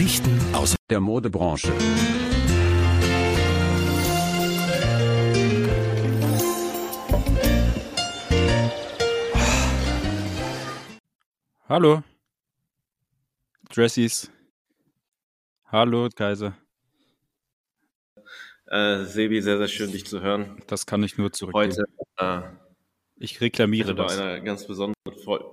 Geschichten aus der Modebranche. Hallo, Dressies. Hallo, Kaiser. Sebi, sehr, sehr schön, dich zu hören. Das kann ich nur zurückgeben. Heute Ich reklamiere bei das. einer ganz besonderen Folge.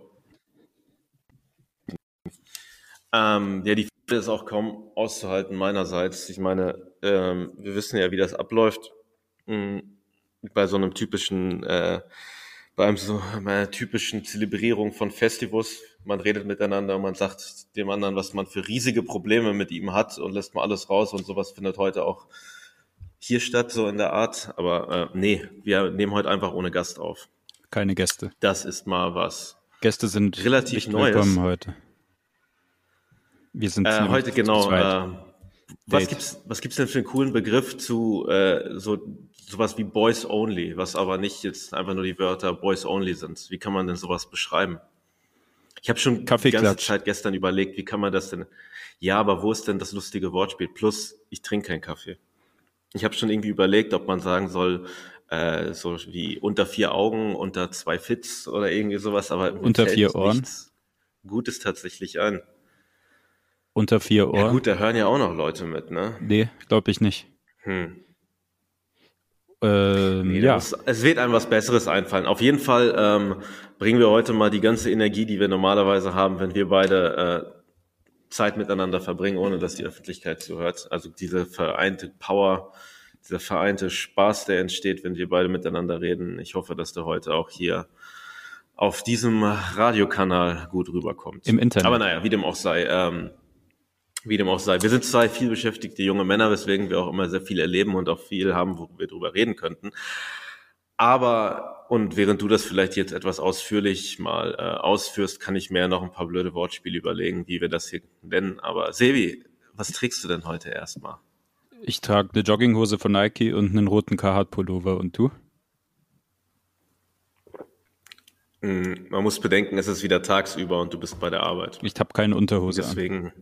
Die Folge ist auch kaum auszuhalten meinerseits. Ich meine, wir wissen ja, wie das abläuft. Bei so einem typischen, bei einer typischen Zelebrierung von Festivals. Man redet miteinander und man sagt dem anderen, was man für riesige Probleme mit ihm hat und lässt mal alles raus, und sowas findet heute auch hier statt, so in der Art. Aber nee, wir nehmen heute einfach ohne Gast auf. Keine Gäste. Das ist mal was. Gäste sind relativ nicht Neues. willkommen heute. Wir sind Heute genau. zu zweit. Was gibt's denn für einen coolen Begriff zu sowas wie Boys Only, was aber nicht jetzt einfach nur die Wörter Boys Only sind? Wie kann man denn sowas beschreiben? Ich habe schon die ganze Zeit gestern überlegt, wie kann man das denn? Ja, aber wo ist denn das lustige Wortspiel? Plus, ich trinke keinen Kaffee. Ich habe schon irgendwie überlegt, ob man sagen soll, so wie unter 4 Augen, unter 2 Fits oder irgendwie sowas, aber unter 4 Ohren. Nichts Gutes tatsächlich ein. Unter 4 Ohren? Ja gut, da hören ja auch noch Leute mit, ne? Nee, glaube ich nicht. Ja. Es wird einem was Besseres einfallen. Auf jeden Fall bringen wir heute mal die ganze Energie, die wir normalerweise haben, wenn wir beide Zeit miteinander verbringen, ohne dass die Öffentlichkeit zuhört. Also diese vereinte Power, dieser vereinte Spaß, der entsteht, wenn wir beide miteinander reden. Ich hoffe, dass der heute auch hier auf diesem Radiokanal gut rüberkommt. Im Internet. Aber naja, wie dem auch sei. Wir sind zwei viel beschäftigte junge Männer, weswegen wir auch immer sehr viel erleben und auch viel haben, wo wir drüber reden könnten. Aber, und während du das vielleicht jetzt etwas ausführlich mal ausführst, kann ich mir noch ein paar blöde Wortspiele überlegen, wie wir das hier nennen. Aber Sebi, was trägst du denn heute erstmal? Ich trage eine Jogginghose von Nike und einen roten Carhartt-Pullover. Und du? Man muss bedenken, es ist wieder tagsüber und du bist bei der Arbeit. Ich habe keine Unterhose deswegen an.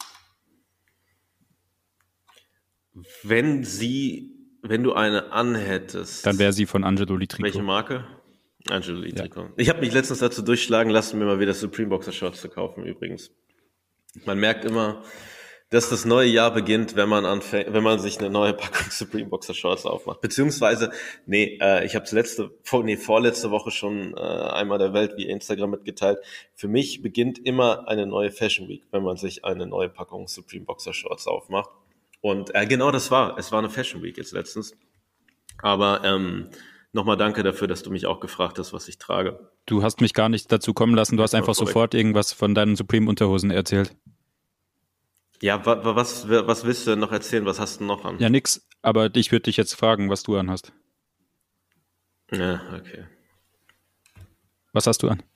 Wenn du eine anhättest, dann wäre sie von Angelo-Li Trikot. Welche Marke? Angelo-Li Trikot. Ja. Ich habe mich letztens dazu durchschlagen lassen, mir mal wieder Supreme Boxer Shorts zu kaufen, übrigens. Man merkt immer, dass das neue Jahr beginnt, wenn man sich eine neue Packung Supreme Boxer Shorts aufmacht. Beziehungsweise, ich habe es vorletzte Woche schon einmal der Welt via Instagram mitgeteilt. Für mich beginnt immer eine neue Fashion Week, wenn man sich eine neue Packung Supreme Boxer Shorts aufmacht. Und genau es war eine Fashion Week jetzt letztens. Aber nochmal danke dafür, dass du mich auch gefragt hast, was ich trage. Du hast mich gar nicht dazu kommen lassen, du hast einfach sofort irgendwas von deinen Supreme-Unterhosen erzählt. Ja, was willst du denn noch erzählen? Was hast du noch an? Ja, nix, aber ich würde dich jetzt fragen, was du anhast. Ja, okay. Was hast du an?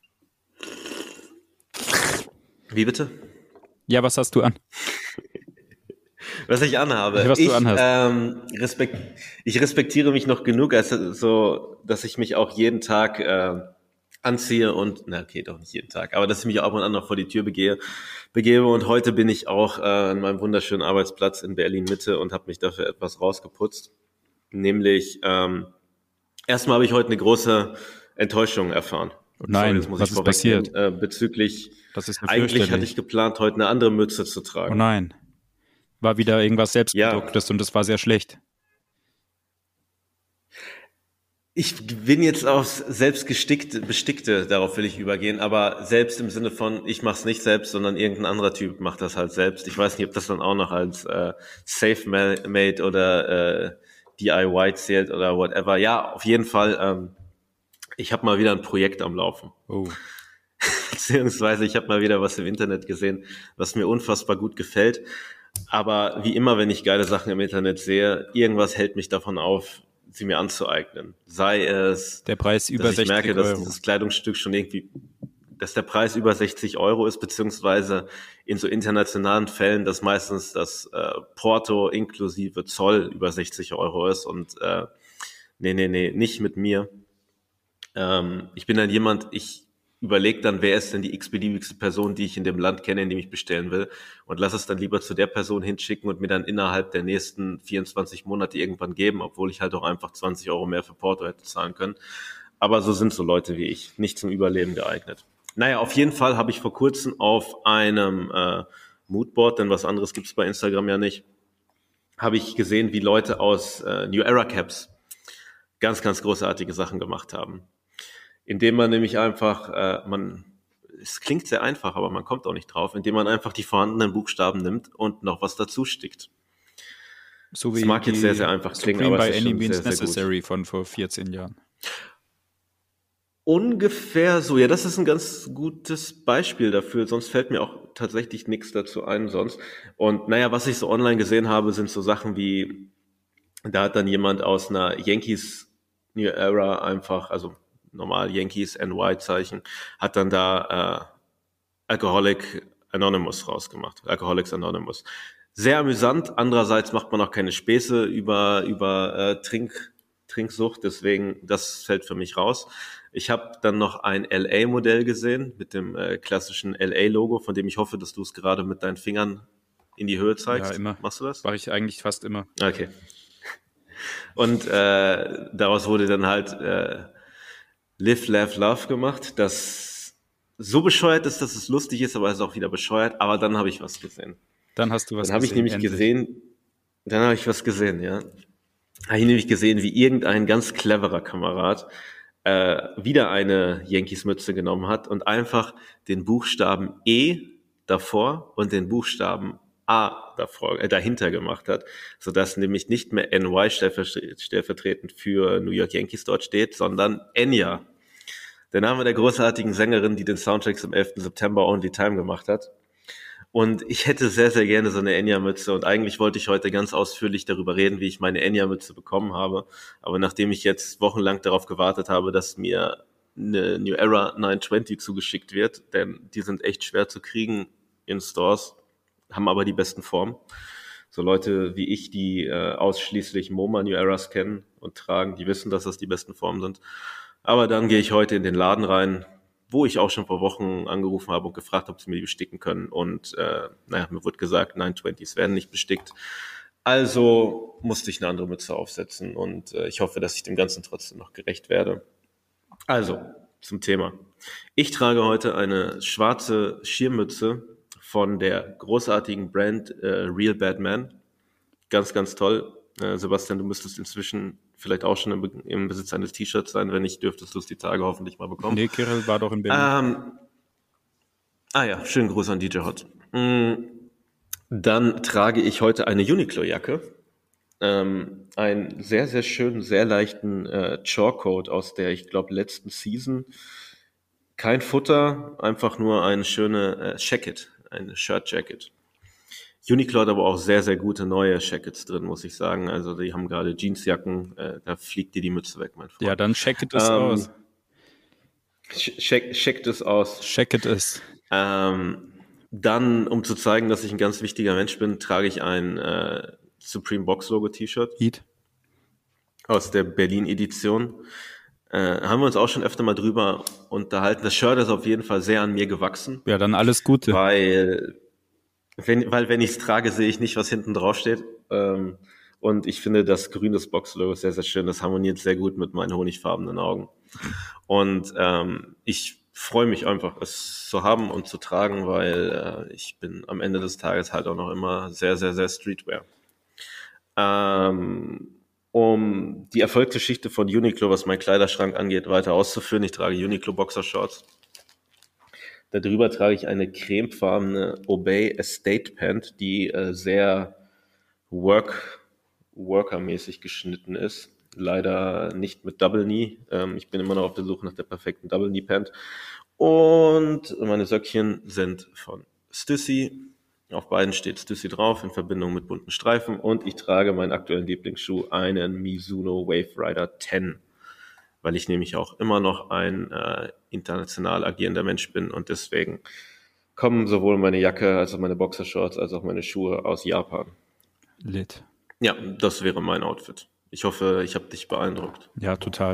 Wie bitte? Ja, was hast du an? Was ich anhabe. Was du anhast. Ich respektiere mich noch genug, also so, dass ich mich auch jeden Tag anziehe und, doch nicht jeden Tag, aber dass ich mich auch ab und an noch vor die Tür begebe. Und heute bin ich auch an meinem wunderschönen Arbeitsplatz in Berlin-Mitte und habe mich dafür etwas rausgeputzt. Nämlich, erstmal habe ich heute eine große Enttäuschung erfahren. Oh nein, was ist passiert? Bezüglich, das ist eigentlich hatte ich geplant, heute eine andere Mütze zu tragen. Oh nein. War wieder irgendwas Selbstproduktes und das war sehr schlecht. Ich bin jetzt aufs Bestickte, darauf will ich übergehen, aber selbst im Sinne von, ich mach's nicht selbst, sondern irgendein anderer Typ macht das halt selbst. Ich weiß nicht, ob das dann auch noch als Safe-Made oder DIY zählt oder whatever. Ja, auf jeden Fall, ich habe mal wieder ein Projekt am Laufen. Oh. Beziehungsweise ich habe mal wieder was im Internet gesehen, was mir unfassbar gut gefällt. Aber wie immer, wenn ich geile Sachen im Internet sehe, irgendwas hält mich davon auf, sie mir anzueignen. Sei es, der Preis über dass ich 60 merke, Euro. dass dieses Kleidungsstück schon irgendwie, dass der Preis über 60 Euro ist, beziehungsweise in so internationalen Fällen, dass meistens das Porto inklusive Zoll über 60 Euro ist. Und nee, nicht mit mir. Ich bin dann jemand, ich überlege dann, wer ist denn die x-beliebigste Person, die ich in dem Land kenne, in dem ich bestellen will, und lass es dann lieber zu der Person hinschicken und mir dann innerhalb der nächsten 24 Monate irgendwann geben, obwohl ich halt auch einfach 20 Euro mehr für Porto hätte zahlen können. Aber so sind so Leute wie ich, nicht zum Überleben geeignet. Naja, auf jeden Fall habe ich vor kurzem auf einem Moodboard, denn was anderes gibt's bei Instagram ja nicht, habe ich gesehen, wie Leute aus New Era Caps ganz, ganz großartige Sachen gemacht haben. Indem man nämlich einfach, es klingt sehr einfach, aber man kommt auch nicht drauf, indem man einfach die vorhandenen Buchstaben nimmt und noch was dazu stickt. So wie das mag jetzt sehr, sehr einfach klingen, Supreme aber by es ist Any schon Means sehr, sehr Necessary gut. von vor 14 Jahren. Ungefähr so, ja, das ist ein ganz gutes Beispiel dafür, sonst fällt mir auch tatsächlich nichts dazu ein sonst. Und naja, was ich so online gesehen habe, sind so Sachen wie, da hat dann jemand aus einer Yankees New Era einfach, also normal Yankees NY-Zeichen, hat dann da Alcoholic Anonymous rausgemacht, Alcoholics Anonymous. Sehr amüsant, andererseits macht man auch keine Späße über Trinksucht, deswegen, das fällt für mich raus. Ich habe dann noch ein LA-Modell gesehen mit dem klassischen LA-Logo, von dem ich hoffe, dass du es gerade mit deinen Fingern in die Höhe zeigst. Ja, immer. Machst du das? Mache ich eigentlich fast immer. Okay. Und daraus wurde dann halt Live, Laugh, Love gemacht, das so bescheuert ist, dass es lustig ist, aber es ist auch wieder bescheuert. Aber dann habe ich was gesehen. Dann hast du was Dann habe ich nämlich endlich. dann habe ich was gesehen, ja. Habe ich nämlich gesehen, wie irgendein ganz cleverer Kamerad wieder eine Yankees-Mütze genommen hat und einfach den Buchstaben E davor und den Buchstaben A dahinter gemacht hat, sodass nämlich nicht mehr NY stellvertretend für New York Yankees dort steht, sondern Enya. Der Name der großartigen Sängerin, die den Soundtrack zum 11. September Only Time gemacht hat. Und ich hätte sehr, sehr gerne so eine Enya-Mütze, und eigentlich wollte ich heute ganz ausführlich darüber reden, wie ich meine Enya-Mütze bekommen habe. Aber nachdem ich jetzt wochenlang darauf gewartet habe, dass mir eine New Era 920 zugeschickt wird, denn die sind echt schwer zu kriegen in Stores, haben aber die besten Formen. So Leute wie ich, die ausschließlich MoMA New Eras kennen und tragen, die wissen, dass das die besten Formen sind. Aber dann gehe ich heute in den Laden rein, wo ich auch schon vor Wochen angerufen habe und gefragt habe, ob sie mir die besticken können. Und mir wurde gesagt, 920s werden nicht bestickt. Also musste ich eine andere Mütze aufsetzen, und ich hoffe, dass ich dem Ganzen trotzdem noch gerecht werde. Also, zum Thema. Ich trage heute eine schwarze Schirmmütze von der großartigen Brand Real Bad Man. Ganz, ganz toll. Sebastian, du müsstest inzwischen vielleicht auch schon im Besitz eines T-Shirts sein. Wenn nicht, dürftest du es die Tage hoffentlich mal bekommen. Nee, Kirill war doch in Berlin. Ja, schönen Gruß an DJ Hot. Dann trage ich heute eine Uniqlo-Jacke. Einen sehr, sehr schönen, sehr leichten Chalk-Coat aus der, ich glaube, letzten Season. Kein Futter, einfach nur eine schöne Jacket, eine Shirt-Jacket. Uniqlo hat aber auch sehr, sehr gute neue Jackets drin, muss ich sagen. Also die haben gerade Jeansjacken, da fliegt dir die Mütze weg, mein Freund. Ja, dann checkt es aus. Checkt es aus. Checket es. Dann, um zu zeigen, dass ich ein ganz wichtiger Mensch bin, trage ich ein Supreme Box Logo T-Shirt Heat. aus der Berlin-Edition. Haben wir uns auch schon öfter mal drüber unterhalten. Das Shirt ist auf jeden Fall sehr an mir gewachsen. Ja, dann alles Gute. Weil wenn ich es trage, sehe ich nicht, was hinten drauf steht. Und ich finde das Grün des Box-Logos sehr, sehr schön. Das harmoniert sehr gut mit meinen honigfarbenen Augen. Und ich freue mich einfach, es zu haben und zu tragen, weil ich bin am Ende des Tages halt auch noch immer sehr, sehr, sehr Streetwear. Um die Erfolgsgeschichte von Uniqlo, was meinen Kleiderschrank angeht, weiter auszuführen. Ich trage Uniqlo Boxershorts. Darüber trage ich eine cremefarbene Obey Estate Pant, die sehr workermäßig geschnitten ist. Leider nicht mit Double Knee. Ich bin immer noch auf der Suche nach der perfekten Double Knee Pant. Und meine Söckchen sind von Stussy. Auf beiden steht Stussy drauf in Verbindung mit bunten Streifen. Und ich trage meinen aktuellen Lieblingsschuh, einen Mizuno Wave Rider 10. Weil ich nämlich auch immer noch ein international agierender Mensch bin, und deswegen kommen sowohl meine Jacke als auch meine Boxershorts als auch meine Schuhe aus Japan. Lit. Ja, das wäre mein Outfit. Ich hoffe, ich habe dich beeindruckt. Ja, total.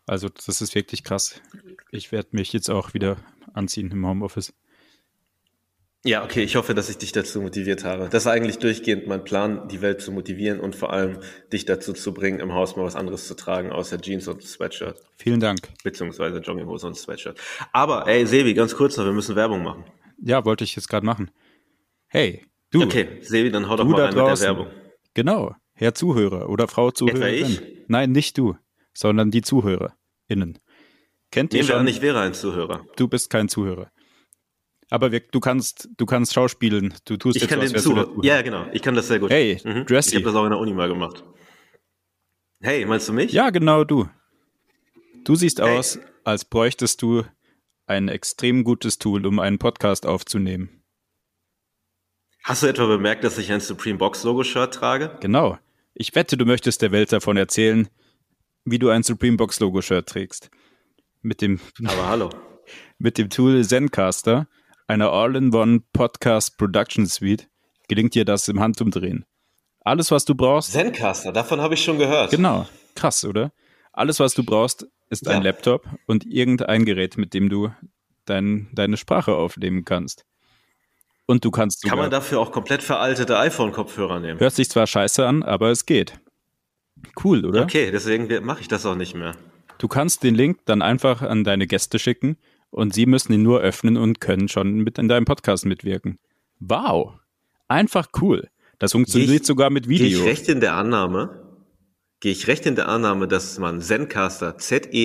Also das ist wirklich krass. Ich werde mich jetzt auch wieder anziehen im Homeoffice. Ja, okay, ich hoffe, dass ich dich dazu motiviert habe. Das ist eigentlich durchgehend mein Plan, die Welt zu motivieren und vor allem dich dazu zu bringen, im Haus mal was anderes zu tragen, außer Jeans und Sweatshirt. Vielen Dank. Beziehungsweise Jogginghose und Sweatshirt. Aber, ey, Sebi, ganz kurz noch, wir müssen Werbung machen. Ja, wollte ich jetzt gerade machen. Hey, du. Okay, Sebi, dann hau doch Du mal da rein mit der draußen. Werbung. Genau, Herr Zuhörer oder Frau Zuhörerin. ich? Nein, nicht du, sondern die ZuhörerInnen. Kennt ihr Nehmen wir schon? an, ich wäre ein Zuhörer. Du bist kein Zuhörer. Aber du kannst schauspielen. Du tust Ich jetzt kann was, den wärst du der Zuhörer. Ja, genau, ich kann das sehr gut. Hey, Ich Dressy. habe das auch in der Uni mal gemacht. Hey, meinst du mich? Ja, genau du. Du siehst Hey. aus, als bräuchtest du ein extrem gutes Tool, um einen Podcast aufzunehmen. Hast du etwa bemerkt, dass ich ein Supreme Box Logo Shirt trage? Genau. Ich wette, du möchtest der Welt davon erzählen, wie du ein Supreme Box Logo Shirt trägst. Mit dem Aber hallo. Tool Zencaster, einer All-in-One Podcast Production Suite, gelingt dir das im Handumdrehen. Alles, was du brauchst, Zencaster, davon habe ich schon gehört. genau, krass, oder? Alles, was du brauchst, ist ein Ja. Laptop und irgendein Gerät, mit dem du deine Sprache aufnehmen kannst. Und du kannst Kann sogar, man dafür auch komplett veraltete iPhone-Kopfhörer nehmen? hört sich zwar scheiße an, aber es geht. Cool, oder? Okay, deswegen mache ich das auch nicht mehr. Du kannst den Link dann einfach an deine Gäste schicken und sie müssen ihn nur öffnen und können schon mit in deinem Podcast mitwirken. Wow, einfach cool. Das funktioniert sogar mit Gehe Video. ich recht in der Annahme, dass man Zencaster,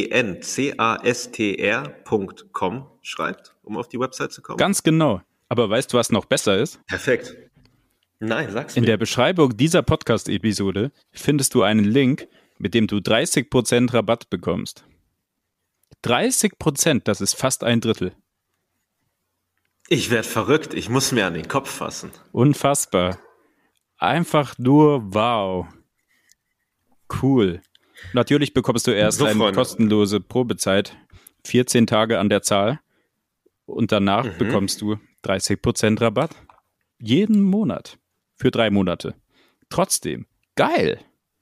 Zencastr.com schreibt, um auf die Website zu kommen? Ganz genau. Aber weißt du, was noch besser ist? Perfekt. Nein, sag's In mir. der Beschreibung dieser Podcast-Episode findest du einen Link, mit dem du 30% Rabatt bekommst. 30%, das ist fast ein Drittel. Ich werde verrückt, ich muss mir an den Kopf fassen. Unfassbar. Einfach nur wow. Cool. Natürlich bekommst du erst So, eine Freunde. kostenlose Probezeit, 14 Tage an der Zahl, und danach bekommst du 30% Rabatt. Jeden Monat. Für 3 Monate. Trotzdem. Geil.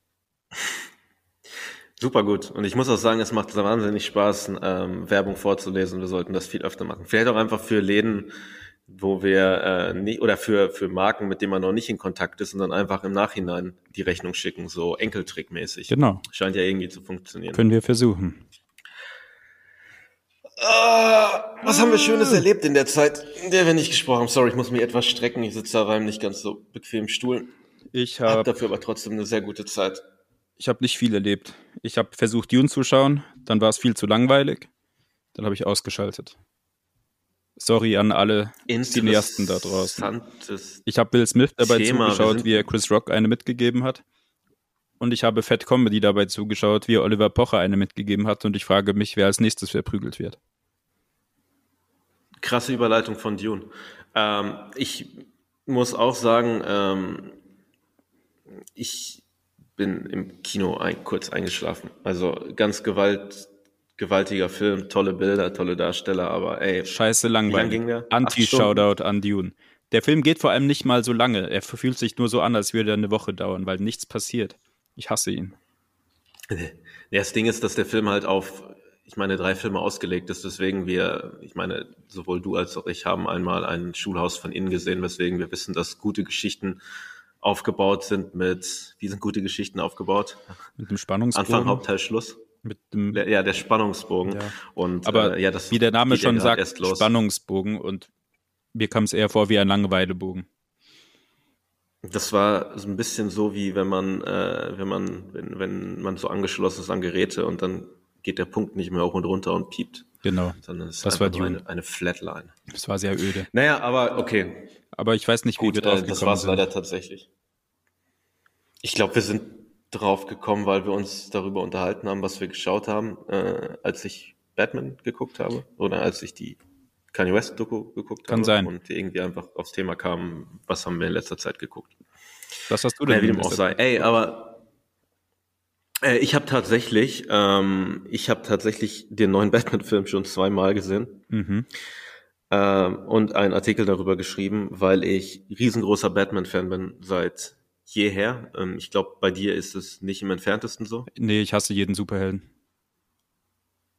Super gut. Und ich muss auch sagen, es macht wahnsinnig Spaß, Werbung vorzulesen. Wir sollten das viel öfter machen. Vielleicht auch einfach für Läden, wo wir nicht, oder für Marken, mit denen man noch nicht in Kontakt ist, und dann einfach im Nachhinein die Rechnung schicken, so Enkeltrick-mäßig. Genau. Scheint ja irgendwie zu funktionieren. Können wir versuchen. Was haben wir Schönes erlebt in der Zeit, in der wir nicht gesprochen haben? Sorry, ich muss mich etwas strecken. Ich sitze da beim nicht ganz so bequemen Stuhl. Ich Hab habe dafür aber trotzdem eine sehr gute Zeit. nicht viel erlebt. Ich habe versucht, Dune zu schauen, dann war es viel zu langweilig. Dann habe ich ausgeschaltet. Sorry an alle Cineasten da draußen. Interessantes. Ich habe Will Smith dabei Thema, wir zugeschaut, sind- wie er Chris Rock eine mitgegeben hat. Und ich habe Fat Comedy dabei zugeschaut, wie er Oliver Pocher eine mitgegeben hat. Und ich frage mich, wer als nächstes verprügelt wird. Krasse Überleitung von Dune. Ich muss auch sagen, ich bin im Kino kurz eingeschlafen. Also ganz gewaltiger Film, tolle Bilder, tolle Darsteller, aber ey, Scheiße Wie lang langweilig. ging der? 8 Anti-Shoutout an Dune. Der Film geht vor allem nicht mal so lange. Er fühlt sich nur so an, als würde er eine Woche dauern, weil nichts passiert. Ich hasse ihn. ja, das Ding ist, dass der Film halt auf, ich meine, 3 Filme ausgelegt ist, deswegen ich meine, sowohl du als auch ich haben einmal ein Schulhaus von innen gesehen, weswegen wir wissen, dass gute Geschichten aufgebaut sind wie sind gute Geschichten aufgebaut? Mit dem Spannungsbogen. Anfang, Hauptteil, Schluss. Mit dem, Ja, der Spannungsbogen. Ja. Und, aber ja, das wie der Name geht ja schon gerade sagt, erst los. Spannungsbogen. Und mir kam es eher vor wie ein Langeweilebogen. Das war so ein bisschen so, wie wenn man so angeschlossen ist an Geräte und dann geht der Punkt nicht mehr hoch und runter und piept, Genau. sondern es ist Das war einfach nur Dune. eine Flatline. Es war sehr öde. Naja, aber okay, Aber ich weiß nicht, wie gut, wir drauf das gekommen war es sind. leider tatsächlich. Ich glaube, wir sind drauf gekommen, weil wir uns darüber unterhalten haben, was wir geschaut haben, als ich Batman geguckt habe oder als ich die Kanye West Doku geguckt Kann habe sein. und irgendwie einfach aufs Thema kam, was haben wir in letzter Zeit geguckt. Was hast du Ja, denn wie dem gemisst? auch sei. Ey, aber ich habe tatsächlich den neuen Batman-Film schon 2-mal gesehen Mhm. und einen Artikel darüber geschrieben, weil ich riesengroßer Batman-Fan bin seit jeher. Ich glaube, bei dir ist es nicht im Entferntesten so. Nee, ich hasse jeden Superhelden.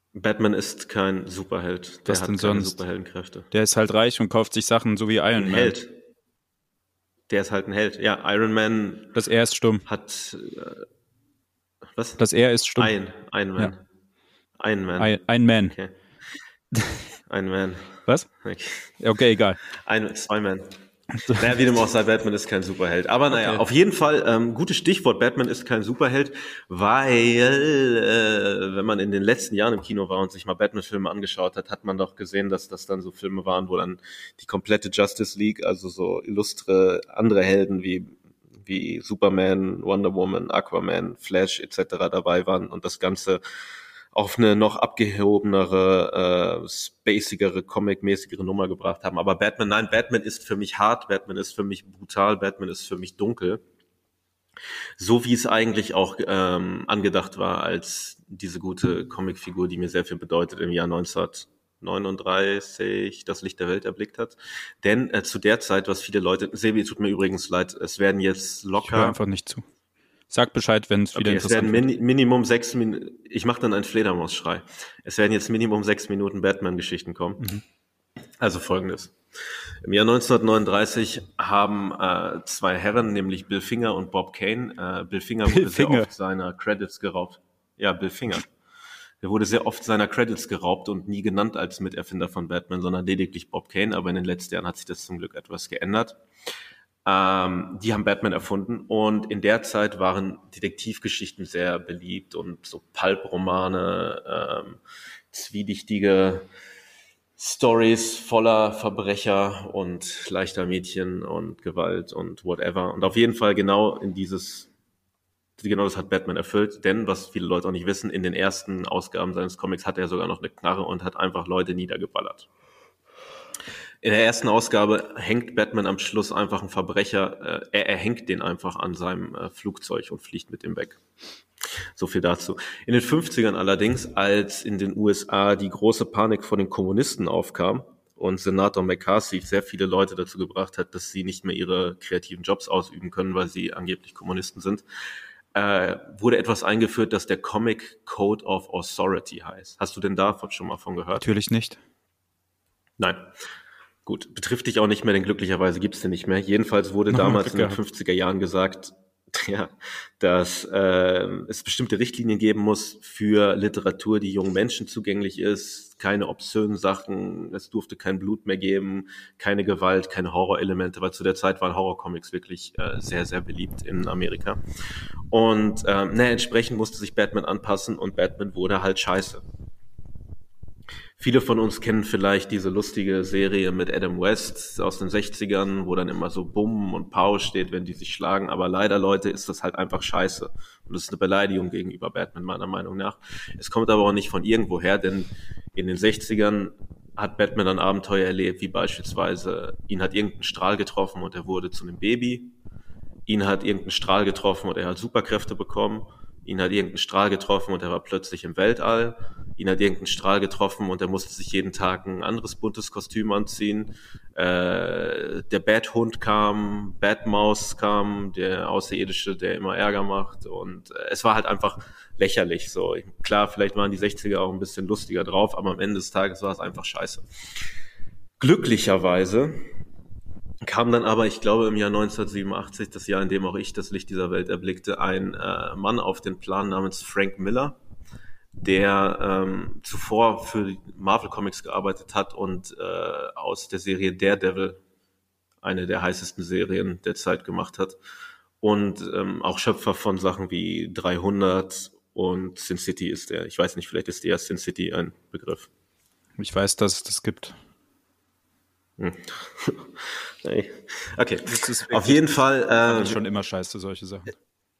Batman ist kein Superheld. Der Was hat denn keine sonst? Superheldenkräfte. Der ist halt reich und kauft sich Sachen so wie Iron Ein Man. Held. Der ist halt ein Held. Ja, Iron Man Das Er ist stumm. hat was? Das Er ist stumm. Ein Man. Ja. Ein Man. Ein Man. Okay. Ein Man. Was? Okay. Okay, egal. Zwei Man. Naja, wie dem auch sei, Batman ist kein Superheld. Aber naja, Okay. auf jeden Fall, gutes Stichwort, Batman ist kein Superheld, weil, wenn man in den letzten Jahren im Kino war und sich mal Batman-Filme angeschaut hat, hat man doch gesehen, dass das dann so Filme waren, wo dann die komplette Justice League, also so illustre andere Helden wie Superman, Wonder Woman, Aquaman, Flash etc. dabei waren und das Ganze auf eine noch abgehobenere, spacigere, comic-mäßigere Nummer gebracht haben. Aber Batman ist für mich hart, Batman ist für mich brutal, Batman ist für mich dunkel. So wie es eigentlich auch angedacht war als diese gute Comicfigur, die mir sehr viel bedeutet im Jahr 1939 das Licht der Welt erblickt hat. Denn zu der Zeit, was viele Leute, Sebi, tut mir übrigens leid, es werden jetzt Ich höre locker einfach nicht zu. Sag Bescheid, wenn es wieder Okay, es werden interessant wird. Minimum 6 Minuten, ich mache dann einen Fledermaus-Schrei. Es werden jetzt Minimum 6 Minuten Batman-Geschichten kommen. Also folgendes. Im Jahr 1939 haben zwei Herren, nämlich Bill Finger und Bob Kane, Bill Finger wurde sehr Finger. oft seiner Credits geraubt. Ja, Bill Finger. Der wurde sehr oft seiner Credits geraubt und nie genannt als Miterfinder von Batman, sondern lediglich Bob Kane. Aber in den letzten Jahren hat sich das zum Glück etwas geändert. Die haben Batman erfunden und in der Zeit waren Detektivgeschichten sehr beliebt und so Pulp-Romane, zwielichtige Stories voller Verbrecher und leichter Mädchen und Gewalt und whatever. Und auf jeden Fall genau das hat Batman erfüllt, denn was viele Leute auch nicht wissen, in den ersten Ausgaben seines Comics hat er sogar noch eine Knarre und hat einfach Leute niedergeballert. In der ersten Ausgabe hängt Batman am Schluss einfach einen Verbrecher, er hängt den einfach an seinem Flugzeug und fliegt mit dem weg. So viel dazu. In den 50ern allerdings, als in den USA die große Panik vor den Kommunisten aufkam und Senator McCarthy sehr viele Leute dazu gebracht hat, dass sie nicht mehr ihre kreativen Jobs ausüben können, weil sie angeblich Kommunisten sind, wurde etwas eingeführt, das der Comic Code of Authority heißt. Hast du denn davon schon mal von gehört? Natürlich nicht. Nein. Gut, betrifft dich auch nicht mehr, denn glücklicherweise gibt's den nicht mehr. Jedenfalls wurde damals in den 50er Jahren gesagt, ja, dass es bestimmte Richtlinien geben muss für Literatur, die jungen Menschen zugänglich ist, keine obszönen Sachen, es durfte kein Blut mehr geben, keine Gewalt, keine Horrorelemente, weil zu der Zeit waren Horrorcomics wirklich sehr, sehr beliebt in Amerika. Und entsprechend musste sich Batman anpassen und Batman wurde halt scheiße. Viele von uns kennen vielleicht diese lustige Serie mit Adam West aus den 60ern, wo dann immer so Bumm und Pow steht, wenn die sich schlagen. Aber leider, Leute, ist das halt einfach scheiße. Und das ist eine Beleidigung gegenüber Batman, meiner Meinung nach. Es kommt aber auch nicht von irgendwoher, denn in den 60ern hat Batman dann Abenteuer erlebt, wie beispielsweise, ihn hat irgendein Strahl getroffen und er wurde zu einem Baby. Ihn hat irgendein Strahl getroffen und er hat Superkräfte bekommen. Ihn hat irgendein Strahl getroffen und er war plötzlich im Weltall. Ihn hat irgendein Strahl getroffen und er musste sich jeden Tag ein anderes buntes Kostüm anziehen. Der Bathund kam, Batmaus kam, der Außerirdische, der immer Ärger macht. Und es war halt einfach lächerlich. So, klar, vielleicht waren die 60er auch ein bisschen lustiger drauf, aber am Ende des Tages war es einfach scheiße. Glücklicherweise kam dann aber, ich glaube im Jahr 1987, das Jahr, in dem auch ich das Licht dieser Welt erblickte, ein Mann auf den Plan namens Frank Miller, der zuvor für Marvel Comics gearbeitet hat und aus der Serie Daredevil eine der heißesten Serien der Zeit gemacht hat und auch Schöpfer von Sachen wie 300 und Sin City ist er. Ich weiß nicht, vielleicht ist dir Sin City ein Begriff. Ich weiß, dass es das gibt. Nee. Okay, auf jeden Fall. Schon immer scheiße, solche Sachen.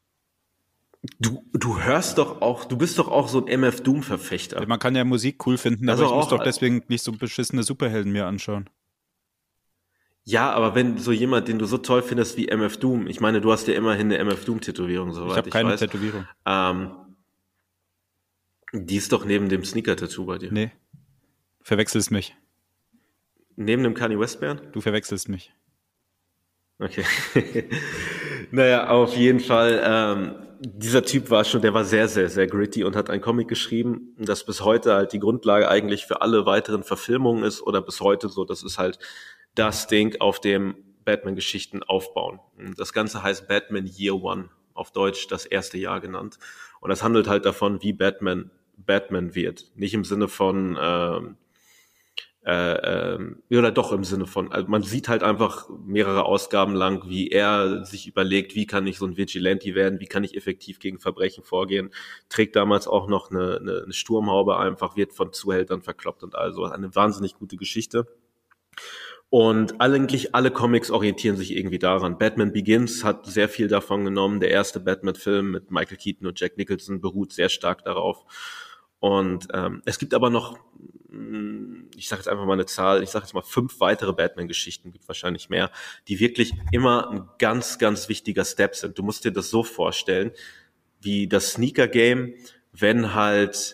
Du hörst doch auch, du bist doch auch so ein MF Doom-Verfechter. Man kann ja Musik cool finden, Also aber ich muss auch- doch deswegen nicht so beschissene Superhelden mir anschauen. Ja, aber wenn so jemand, den du so toll findest wie MF Doom, ich meine, du hast ja immerhin eine MF Doom-Tätowierung, soweit Ich habe keine weiß. Tätowierung. Die ist doch neben dem Sneaker-Tattoo bei dir. Nee. Du verwechselst mich. Neben dem Kanye West-Bären? Du verwechselst mich. Okay. Naja, auf jeden Fall dieser Typ der war sehr, sehr, sehr gritty und hat einen Comic geschrieben, das bis heute halt die Grundlage eigentlich für alle weiteren Verfilmungen ist oder bis heute so, das ist halt das Ding, auf dem Batman-Geschichten aufbauen. Das Ganze heißt Batman Year One, auf Deutsch das erste Jahr genannt. Und das handelt halt davon, wie Batman wird. Nicht im Sinne von oder doch im Sinne von, also man sieht halt einfach mehrere Ausgaben lang, wie er sich überlegt, wie kann ich so ein Vigilante werden, wie kann ich effektiv gegen Verbrechen vorgehen, trägt damals auch noch eine Sturmhaube einfach, wird von Zuhältern verkloppt und also eine wahnsinnig gute Geschichte. Und eigentlich alle Comics orientieren sich irgendwie daran. Batman Begins hat sehr viel davon genommen. Der erste Batman-Film mit Michael Keaton und Jack Nicholson beruht sehr stark darauf. Und es gibt aber noch, ich sage jetzt einfach mal eine Zahl, ich sage jetzt mal 5 weitere Batman-Geschichten, gibt wahrscheinlich mehr, die wirklich immer ein ganz, ganz wichtiger Step sind. Du musst dir das so vorstellen, wie das Sneaker-Game, wenn halt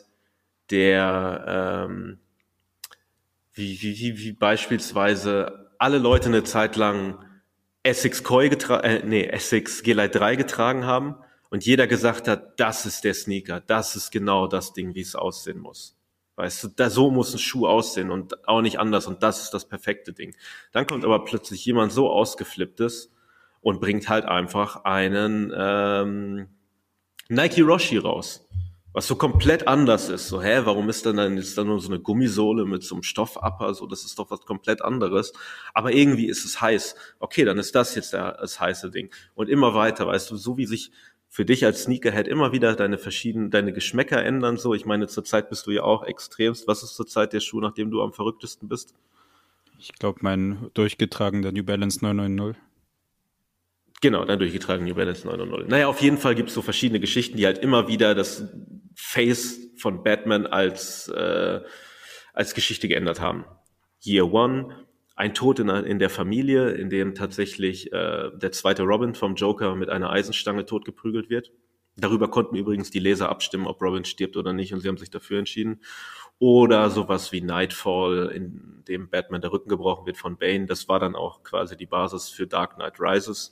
wie beispielsweise alle Leute eine Zeit lang Essex G-Lite 3 getragen haben und jeder gesagt hat, das ist der Sneaker, das ist genau das Ding, wie es aussehen muss. Weißt du, so muss ein Schuh aussehen und auch nicht anders und das ist das perfekte Ding. Dann kommt aber plötzlich jemand so ausgeflipptes und bringt halt einfach einen Nike Roshe raus, was so komplett anders ist. So, warum ist dann nur so eine Gummisohle mit so einem Stoffupper? So, das ist doch was komplett anderes. Aber irgendwie ist es heiß. Okay, dann ist das jetzt das heiße Ding. Und immer weiter, weißt du, so wie sich für dich als Sneakerhead immer wieder deine Geschmäcker ändern. So, ich meine, zurzeit bist du ja auch extremst. Was ist zurzeit der Schuh, nach dem du am verrücktesten bist? Ich glaube, mein durchgetragener New Balance 990. Genau, dann durchgetragen New Balance 990. Naja, auf jeden Fall gibt es so verschiedene Geschichten, die halt immer wieder das Face von Batman als Geschichte geändert haben. Year One, ein Tod in der Familie, in dem tatsächlich der zweite Robin vom Joker mit einer Eisenstange totgeprügelt wird. Darüber konnten übrigens die Leser abstimmen, ob Robin stirbt oder nicht, und sie haben sich dafür entschieden. Oder sowas wie Nightfall, in dem Batman der Rücken gebrochen wird von Bane. Das war dann auch quasi die Basis für Dark Knight Rises.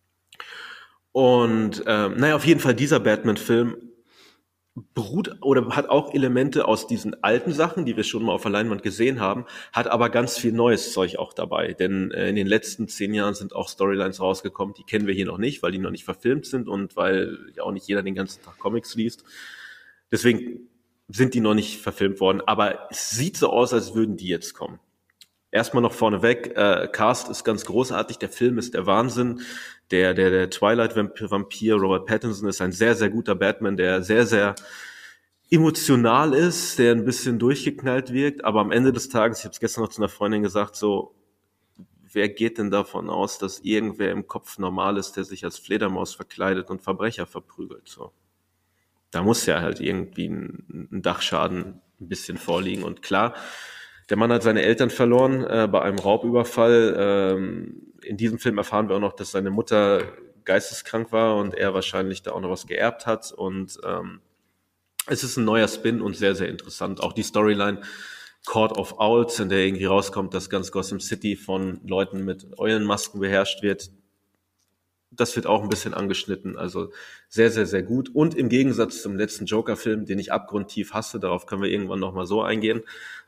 Und auf jeden Fall dieser Batman-Film beruht oder hat auch Elemente aus diesen alten Sachen, die wir schon mal auf der Leinwand gesehen haben, hat aber ganz viel neues Zeug auch dabei. Denn in den letzten 10 Jahren sind auch Storylines rausgekommen, die kennen wir hier noch nicht, weil die noch nicht verfilmt sind und weil ja auch nicht jeder den ganzen Tag Comics liest. Deswegen sind die noch nicht verfilmt worden, aber es sieht so aus, als würden die jetzt kommen. Erstmal noch vorneweg, Cast ist ganz großartig, der Film ist der Wahnsinn. Der Twilight-Vampir Robert Pattinson ist ein sehr, sehr guter Batman, der sehr, sehr emotional ist, der ein bisschen durchgeknallt wirkt, aber am Ende des Tages, ich habe es gestern noch zu einer Freundin gesagt, so, wer geht denn davon aus, dass irgendwer im Kopf normal ist, der sich als Fledermaus verkleidet und Verbrecher verprügelt, so. Da muss ja halt irgendwie ein Dachschaden ein bisschen vorliegen und klar, der Mann hat seine Eltern verloren bei einem Raubüberfall. In diesem Film erfahren wir auch noch, dass seine Mutter geisteskrank war und er wahrscheinlich da auch noch was geerbt hat. Und es ist ein neuer Spin und sehr, sehr interessant. Auch die Storyline Court of Owls, in der irgendwie rauskommt, dass ganz Gotham City von Leuten mit Eulenmasken beherrscht wird. Das wird auch ein bisschen angeschnitten. Also sehr, sehr, sehr gut. Und im Gegensatz zum letzten Joker-Film, den ich abgrundtief hasse, darauf können wir irgendwann nochmal so eingehen,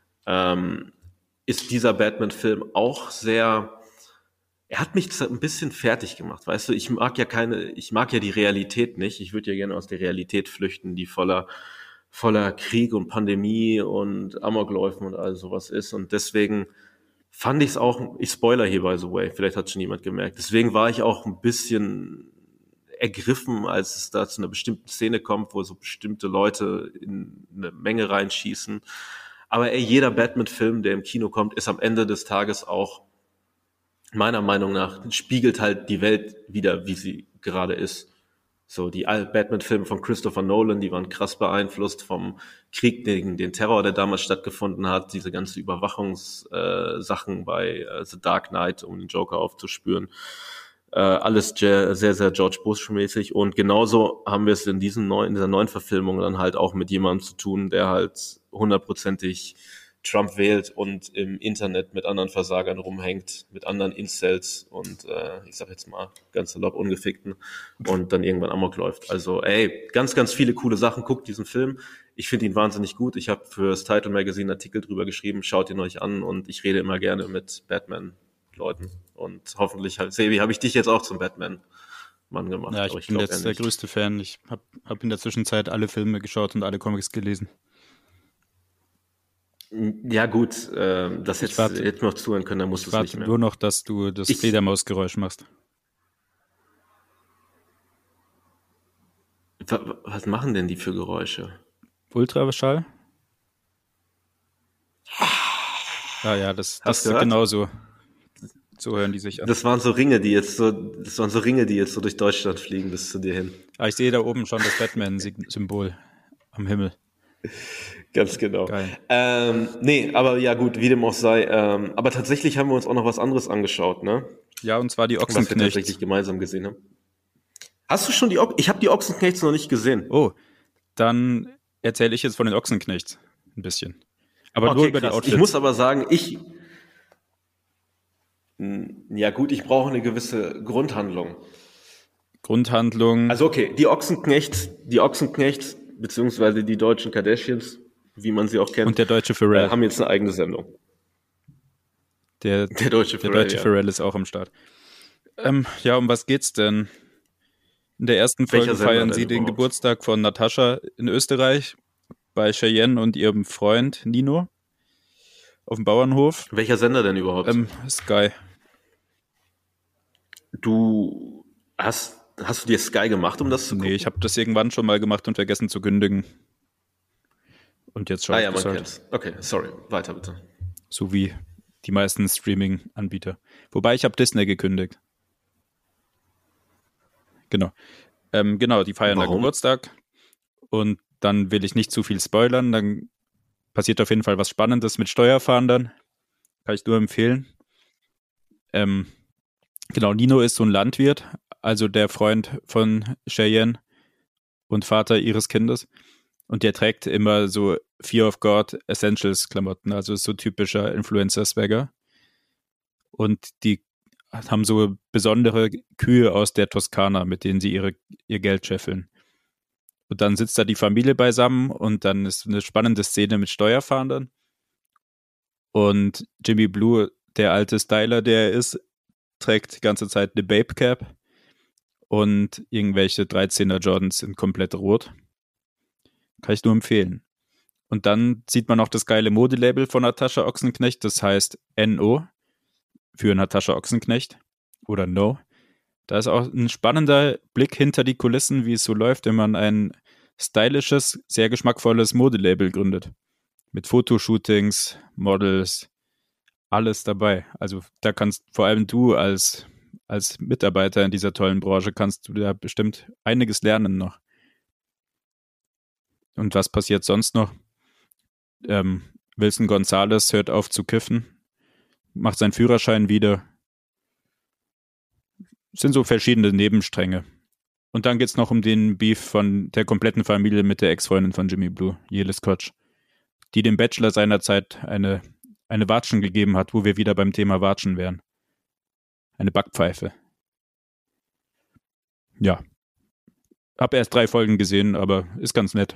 ist dieser Batman-Film auch sehr, er hat mich ein bisschen fertig gemacht, weißt du, ich mag ja die Realität nicht, ich würde ja gerne aus der Realität flüchten, die voller Krieg und Pandemie und Amokläufen und all sowas ist und deswegen fand ich es auch, ich spoiler hier by the way, vielleicht hat schon jemand gemerkt, deswegen war ich auch ein bisschen ergriffen, als es da zu einer bestimmten Szene kommt, wo so bestimmte Leute in eine Menge reinschießen. Aber jeder Batman-Film, der im Kino kommt, ist am Ende des Tages auch, meiner Meinung nach, spiegelt halt die Welt wieder, wie sie gerade ist. So, die Batman-Filme von Christopher Nolan, die waren krass beeinflusst vom Krieg gegen den Terror, der damals stattgefunden hat, diese ganze Überwachungssachen bei The Dark Knight, um den Joker aufzuspüren. Alles sehr, sehr George Bush-mäßig. Und genauso haben wir es in dieser neuen Verfilmung dann halt auch mit jemandem zu tun, der halt hundertprozentig Trump wählt und im Internet mit anderen Versagern rumhängt, mit anderen Incels und ich sag jetzt mal ganz salopp Ungefickten und dann irgendwann Amok läuft. Also ganz, ganz viele coole Sachen. Guckt diesen Film. Ich finde ihn wahnsinnig gut. Ich habe fürs Title Magazine einen Artikel drüber geschrieben. Schaut ihn euch an und ich rede immer gerne mit Batman-Leuten. Und hoffentlich, Sebi, habe ich dich jetzt auch zum Batman-Mann gemacht. Ja, ich bin jetzt der größte Fan. Ich hab in der Zwischenzeit alle Filme geschaut und alle Comics gelesen. Ja gut, das jetzt noch zuhören können, dann musst du es nicht mehr. Nur noch, dass du das Fledermausgeräusch machst. Was machen denn die für Geräusche? Ultraschall? Ja, das ist genauso. So hören die sich an. Das waren so Ringe, die jetzt so durch Deutschland fliegen bis zu dir hin. Ich sehe da oben schon das Batman-Symbol am Himmel. Ganz genau. Geil. Nee, aber ja gut, wie dem auch sei. Aber tatsächlich haben wir uns auch noch was anderes angeschaut, ne? Ja, und zwar die Ochsenknechts. Was wir tatsächlich gemeinsam gesehen haben. Hast du schon ich habe die Ochsenknechts noch nicht gesehen. Oh, dann erzähle ich jetzt von den Ochsenknechts ein bisschen. Aber nur über die Outfits. Ich muss aber sagen, ja gut, ich brauche eine gewisse Grundhandlung. Also okay, die Ochsenknechts, beziehungsweise die deutschen Kardashians, wie man sie auch kennt. Und der deutsche Pharrell. Haben jetzt eine eigene Sendung. Der deutsche Pharrell ist auch am Start. Ja, um was geht's denn? In der ersten Folge feiern sie den Geburtstag von Natascha in Österreich bei Cheyenne und ihrem Freund Nino auf dem Bauernhof. Welcher Sender denn überhaupt? Sky. Hast du dir Sky gemacht, um das zu gucken? Nee, ich habe das irgendwann schon mal gemacht und vergessen zu kündigen. Und jetzt schaue ich das halt. Kennt's. Okay, sorry, weiter bitte. So wie die meisten Streaming-Anbieter. Wobei, ich habe Disney gekündigt. Genau. Die feiern da Geburtstag. Und dann will ich nicht zu viel spoilern. Dann passiert auf jeden Fall was Spannendes mit Steuerfahndern. Kann ich nur empfehlen. Nino ist so ein Landwirt, also der Freund von Cheyenne und Vater ihres Kindes. Und der trägt immer so Fear of God Essentials Klamotten, also so typischer Influencer-Swagger. Und die haben so besondere Kühe aus der Toskana, mit denen sie ihr Geld scheffeln. Und dann sitzt da die Familie beisammen und dann ist eine spannende Szene mit Steuerfahndern. Und Jimmy Blue, der alte Styler, der er ist, trägt die ganze Zeit eine Babe Cap und irgendwelche 13er Jordans in komplett rot. Kann ich nur empfehlen. Und dann sieht man auch das geile Modelabel von Natascha Ochsenknecht, das heißt NO für Natascha Ochsenknecht oder No. Da ist auch ein spannender Blick hinter die Kulissen, wie es so läuft, wenn man ein stylisches, sehr geschmackvolles Modelabel gründet. Mit Fotoshootings, Models, alles dabei. Also da kannst vor allem du als Mitarbeiter in dieser tollen Branche kannst du da bestimmt einiges lernen noch. Und was passiert sonst noch? Wilson Gonzalez hört auf zu kiffen, macht seinen Führerschein wieder. Es sind so verschiedene Nebenstränge. Und dann geht's noch um den Beef von der kompletten Familie mit der Ex-Freundin von Jimmy Blue, Jelis Kotsch, die dem Bachelor seinerzeit eine Watschen gegeben hat, wo wir wieder beim Thema Watschen wären. Eine Backpfeife. Ja. Hab erst 3 Folgen gesehen, aber ist ganz nett.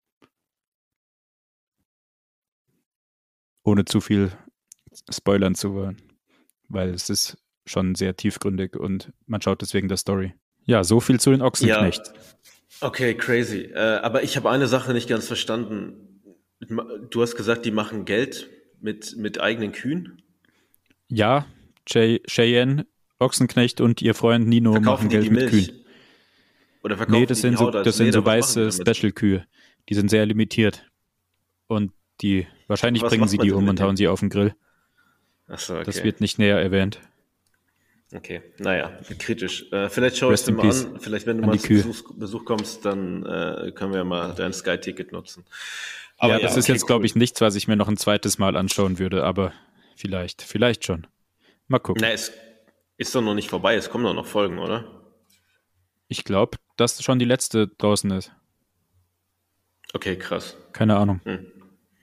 Ohne zu viel spoilern zu wollen. Weil es ist schon sehr tiefgründig und man schaut deswegen der Story. Ja, so viel zu den Ochsenknecht. Ja. Okay, crazy. Aber ich habe eine Sache nicht ganz verstanden. Du hast gesagt, die machen Geld mit eigenen Kühen? Ja, Cheyenne, Ochsenknecht und ihr Freund Nino machen Geld mit Kühen. Oder verkaufen das sind so weiße Special-Kühe. Die sind sehr limitiert. Und wahrscheinlich bringen sie die um und hauen sie auf den Grill. Achso, okay. Das wird nicht näher erwähnt. Okay, naja, kritisch. Vielleicht schaue ich es dir mal an. Vielleicht, wenn du mal zu Besuch kommst, dann können wir mal dein Sky-Ticket nutzen. Aber ja, das ist jetzt, glaube ich, nichts, was ich mir noch ein zweites Mal anschauen würde, aber vielleicht schon. Mal gucken. Na, es ist doch noch nicht vorbei, es kommen doch noch Folgen, oder? Ich glaube, dass schon die letzte draußen ist. Okay, krass. Keine Ahnung.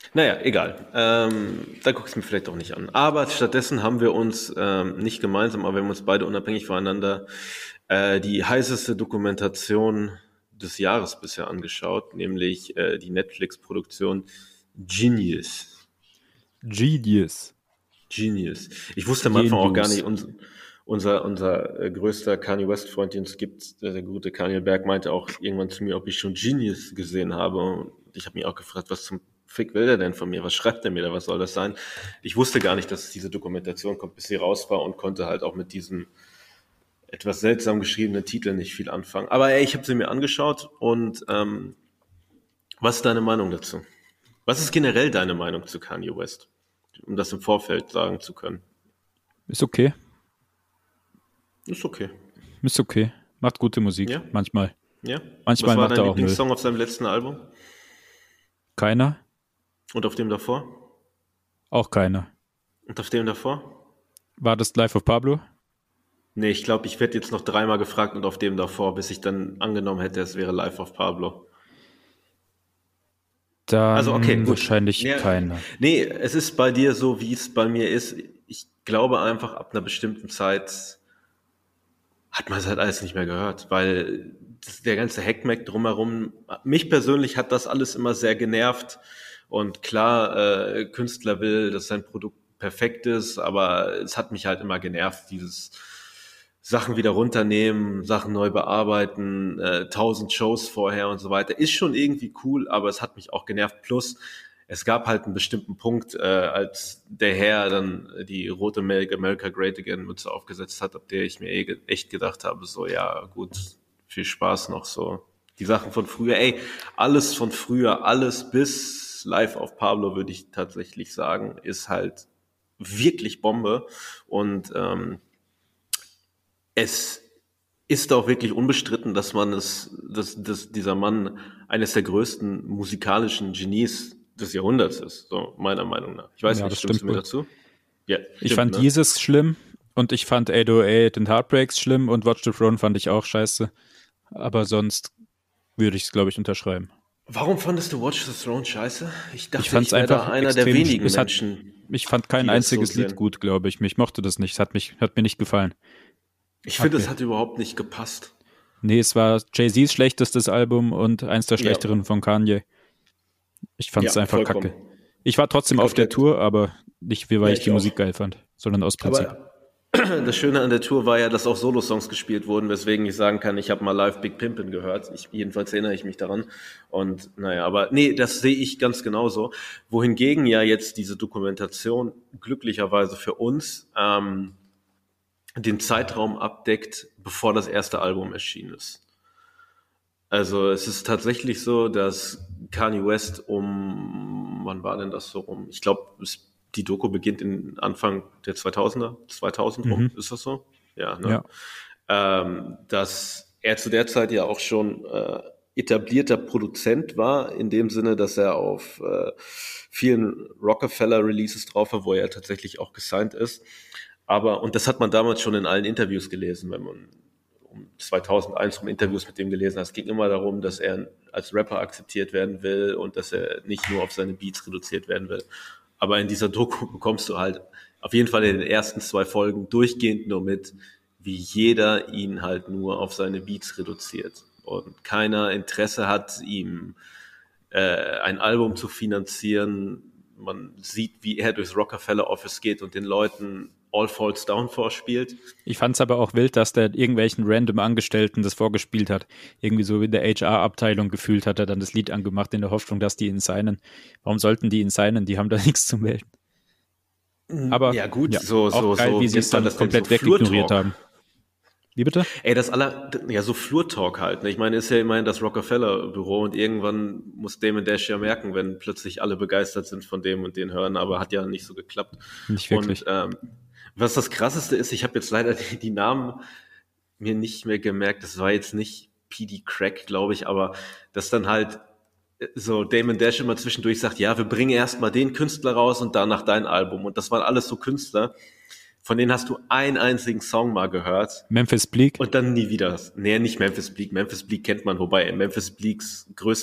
Naja, egal. Da guck ich es mir vielleicht auch nicht an. Aber stattdessen haben wir uns nicht gemeinsam, aber wir haben uns beide unabhängig voneinander die heißeste Dokumentation des Jahres bisher angeschaut, nämlich die Netflix-Produktion Genius. Genius. Genius. Ich wusste am Anfang auch gar nicht, unser größter Kanye West-Freund, den es gibt, der gute Kanye Berg, meinte auch irgendwann zu mir, ob ich schon Genius gesehen habe. Und ich habe mich auch gefragt, was zum Fick will der denn von mir? Was schreibt er mir da? Was soll das sein? Ich wusste gar nicht, dass diese Dokumentation kommt, bis sie raus war und konnte halt auch mit diesem etwas seltsam geschriebenen Titel nicht viel anfangen. Aber ey, ich habe sie mir angeschaut und was ist deine Meinung dazu? Was ist generell deine Meinung zu Kanye West? Um das im Vorfeld sagen zu können. Ist okay. Ist okay. Ist okay. Macht gute Musik. Ja? Manchmal. Ja? Manchmal Was war macht dein er auch Müll. Lieblingssong auf seinem letzten Album? Keiner? Und auf dem davor? Auch keiner. Und auf dem davor? War das Life of Pablo? Nee, ich glaube, ich werde jetzt noch dreimal gefragt und auf dem davor, bis ich dann angenommen hätte, es wäre Life of Pablo. Dann Also okay, gut. wahrscheinlich Ja. keiner. Nee, es ist bei dir so, wie es bei mir ist. Ich glaube einfach, ab einer bestimmten Zeit hat man es halt alles nicht mehr gehört, weil der ganze Heckmeck drumherum, mich persönlich hat das alles immer sehr genervt. Und klar, Künstler will, dass sein Produkt perfekt ist, aber es hat mich halt immer genervt, dieses Sachen wieder runternehmen, Sachen neu bearbeiten, 1000 Shows vorher und so weiter. Ist schon irgendwie cool, aber es hat mich auch genervt. Plus, es gab halt einen bestimmten Punkt, als der Herr dann die rote Make America Great Again Mütze aufgesetzt hat, ab der ich mir echt gedacht habe, so ja gut, viel Spaß noch so. Die Sachen von früher, ey, alles von früher, alles bis Live auf Pablo, würde ich tatsächlich sagen, ist halt wirklich Bombe. Und es ist auch wirklich unbestritten, dass dieser Mann eines der größten musikalischen Genies des Jahrhunderts ist, so meiner Meinung nach. Ich weiß Ja, nicht, das stimmst du stimmt mir wohl. dazu? Ja, Ich stimmt, fand ne? Jesus schlimm und ich fand 808 and Heartbreaks schlimm und Watch the Throne fand ich auch scheiße. Aber sonst würde ich es, glaube ich, unterschreiben. Warum fandest du Watch the Throne scheiße? Ich dachte, Ich fand es wäre da einfach einer der extrem. wenigen Es hat, Menschen, ich fand kein die das so einziges Lied sehen. gut, glaube ich. Mich mochte das nicht. Hat mir nicht gefallen. Ich finde, es mir- hat überhaupt nicht gepasst. Nee, es war Jay-Z's schlechtestes Album und eins der Ja. schlechteren von Kanye. Ich fand es Ja, einfach vollkommen. kacke. Ich war trotzdem auf der Komplett. Tour, aber nicht, weil Ja, ich die ich auch. Musik geil fand, sondern aus Prinzip. Aber das Schöne an der Tour war ja, dass auch Solo-Songs gespielt wurden, weswegen ich sagen kann, ich habe mal live Big Pimpin' gehört. Jedenfalls erinnere ich mich daran. Und naja, aber nee, das sehe ich ganz genauso. Wohingegen ja jetzt diese Dokumentation glücklicherweise für uns den Zeitraum abdeckt, bevor das erste Album erschienen ist. Also es ist tatsächlich so, dass Kanye West wann war denn das so rum? Ich glaube, die Doku beginnt in Anfang der 2000er, 2000 rum, ist das so? Ja, ne? Ja. Dass er zu der Zeit ja auch schon etablierter Produzent war, in dem Sinne, dass er auf vielen Rockefeller-Releases drauf war, wo er tatsächlich auch gesigned ist. Und das hat man damals schon in allen Interviews gelesen, wenn man um 2001 rum Interviews mit dem gelesen hat. Es ging immer darum, dass er als Rapper akzeptiert werden will und dass er nicht nur auf seine Beats reduziert werden will. Aber in dieser Doku bekommst du halt auf jeden Fall in den ersten 2 Folgen durchgehend nur mit, wie jeder ihn halt nur auf seine Beats reduziert. Und keiner Interesse hat, ihm ein Album zu finanzieren. Man sieht, wie er durchs Rockefeller Office geht und den Leuten All Falls Down vorspielt. Ich fand es aber auch wild, dass der irgendwelchen random Angestellten das vorgespielt hat. Irgendwie so wie in der HR-Abteilung gefühlt hat er dann das Lied angemacht in der Hoffnung, dass die ihn signen. Warum sollten die ihn signen? Die haben da nichts zu melden. Aber Ja gut, auch geil, wie sie es dann komplett wegignoriert haben. Wie bitte? Ey, so Flurtalk halt. Ne? Ich meine, ist ja immerhin das Rockefeller-Büro und irgendwann muss Damon Dash ja merken, wenn plötzlich alle begeistert sind von dem und den hören, aber hat ja nicht so geklappt. Nicht wirklich. Und was das Krasseste ist, ich habe jetzt leider die Namen mir nicht mehr gemerkt, das war jetzt nicht PD Crack, glaube ich, aber dass dann halt so Damon Dash immer zwischendurch sagt, ja, wir bringen erstmal den Künstler raus und danach dein Album. Und das waren alles so Künstler, von denen hast du einen einzigen Song mal gehört. Memphis Bleak? Und dann nie wieder. Nee, nicht Memphis Bleak. Memphis Bleak kennt man, wobei Memphis Bleaks größte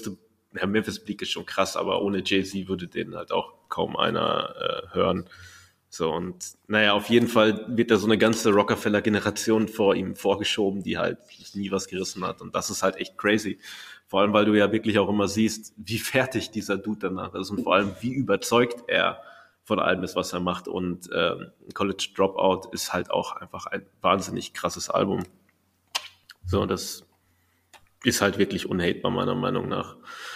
ja, Memphis Bleak ist schon krass, aber ohne Jay-Z würde den halt auch kaum einer hören. So, und naja, auf jeden Fall wird da so eine ganze Rockefeller-Generation vor ihm vorgeschoben, die halt nie was gerissen hat. Und das ist halt echt crazy. Vor allem, weil du ja wirklich auch immer siehst, wie fertig dieser Dude danach ist und vor allem, wie überzeugt er von allem ist, was er macht. Und College Dropout ist halt auch einfach ein wahnsinnig krasses Album. So, das ist halt wirklich unhatebar, meiner Meinung nach.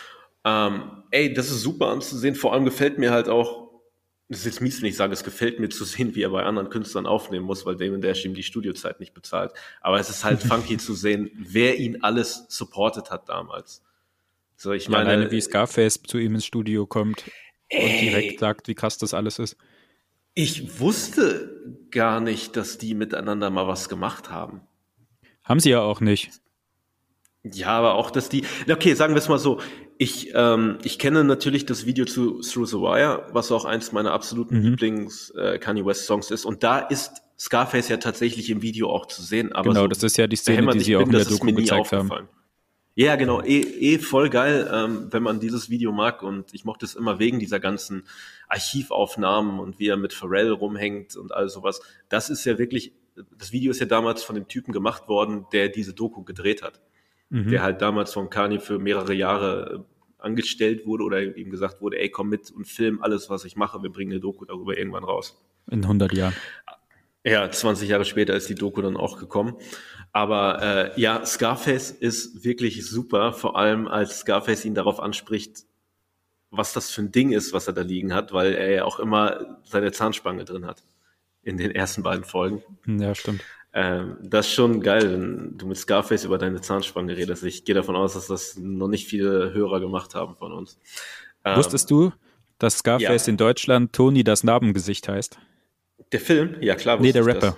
Das ist super anzusehen. Vor allem gefällt mir halt auch, das ist jetzt mies, wenn ich sage, es gefällt mir zu sehen, wie er bei anderen Künstlern aufnehmen muss, weil Damon Dash ihm die Studiozeit nicht bezahlt. Aber es ist halt funky zu sehen, wer ihn alles supportet hat damals. So, ich meine, alleine wie Scarface zu ihm ins Studio kommt und direkt sagt, wie krass das alles ist. Ich wusste gar nicht, dass die miteinander mal was gemacht haben. Haben sie ja auch nicht. Ja, aber auch, dass die, okay, sagen wir es mal so, ich kenne natürlich das Video zu Through the Wire, was auch eins meiner absoluten Lieblings-Kanye West-Songs ist. Und da ist Scarface ja tatsächlich im Video auch zu sehen. Aber genau, so, das ist ja die Szene, die sie auch in der Doku gezeigt haben. Ja, genau, voll geil, wenn man dieses Video mag. Und ich mochte es immer wegen dieser ganzen Archivaufnahmen und wie er mit Pharrell rumhängt und all sowas. Das ist ja wirklich, das Video ist ja damals von dem Typen gemacht worden, der diese Doku gedreht hat. Der halt damals von Kanye für mehrere Jahre angestellt wurde oder ihm gesagt wurde, ey, komm mit und film alles, was ich mache, wir bringen eine Doku darüber irgendwann raus. In 100 Jahren. Ja, 20 Jahre später ist die Doku dann auch gekommen. Aber Scarface ist wirklich super, vor allem als Scarface ihn darauf anspricht, was das für ein Ding ist, was er da liegen hat, weil er ja auch immer seine Zahnspange drin hat in den ersten beiden Folgen. Ja, stimmt. Das ist schon geil, wenn du mit Scarface über deine Zahnspange redest. Ich gehe davon aus, dass das noch nicht viele Hörer gemacht haben von uns. Wusstest du, dass Scarface in Deutschland Tony das Narbengesicht heißt? Der Film? Ja, klar. Nee, der Rapper.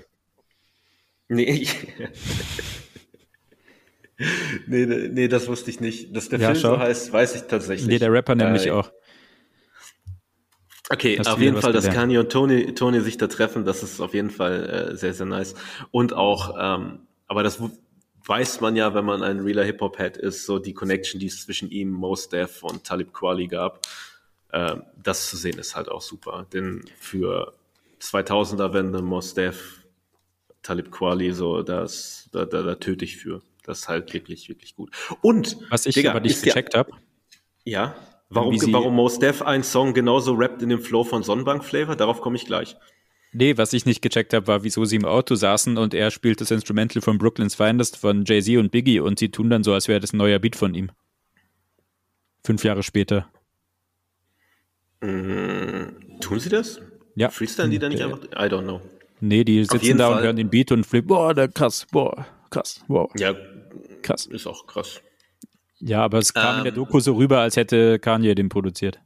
Nee, das wusste ich nicht. Dass der Film so heißt, weiß ich tatsächlich. Nee, der Rapper nämlich auch. Okay, auf jeden Fall, dass Kanye und Tony sich da treffen, das ist auf jeden Fall sehr, sehr nice. Und auch, aber das weiß man ja, wenn man ein realer Hip-Hop-Head ist, so die Connection, die es zwischen ihm, Mos Def und Talib Kweli gab, das zu sehen ist halt auch super. Denn für 2000er-Wende, Mos Def, Talib Kweli, so, da töte ich für. Das ist halt wirklich, wirklich gut. Und, was ich aber nicht gecheckt habe. Ja. Warum Mos Def einen Song genauso rappt in dem Flow von Sonnenbank Flavor? Darauf komme ich gleich. Nee, was ich nicht gecheckt habe, war, wieso sie im Auto saßen und er spielt das Instrumental von Brooklyn's Finest von Jay-Z und Biggie und sie tun dann so, als wäre das ein neuer Beat von ihm. 5 Jahre später. Tun sie das? Ja. Freestylen die da nicht einfach? I don't know. Nee, die sitzen da und hören den Beat und flippen, krass, wow. Ja, krass. Ist auch krass. Ja, aber es kam in der Doku so rüber, als hätte Kanye den produziert.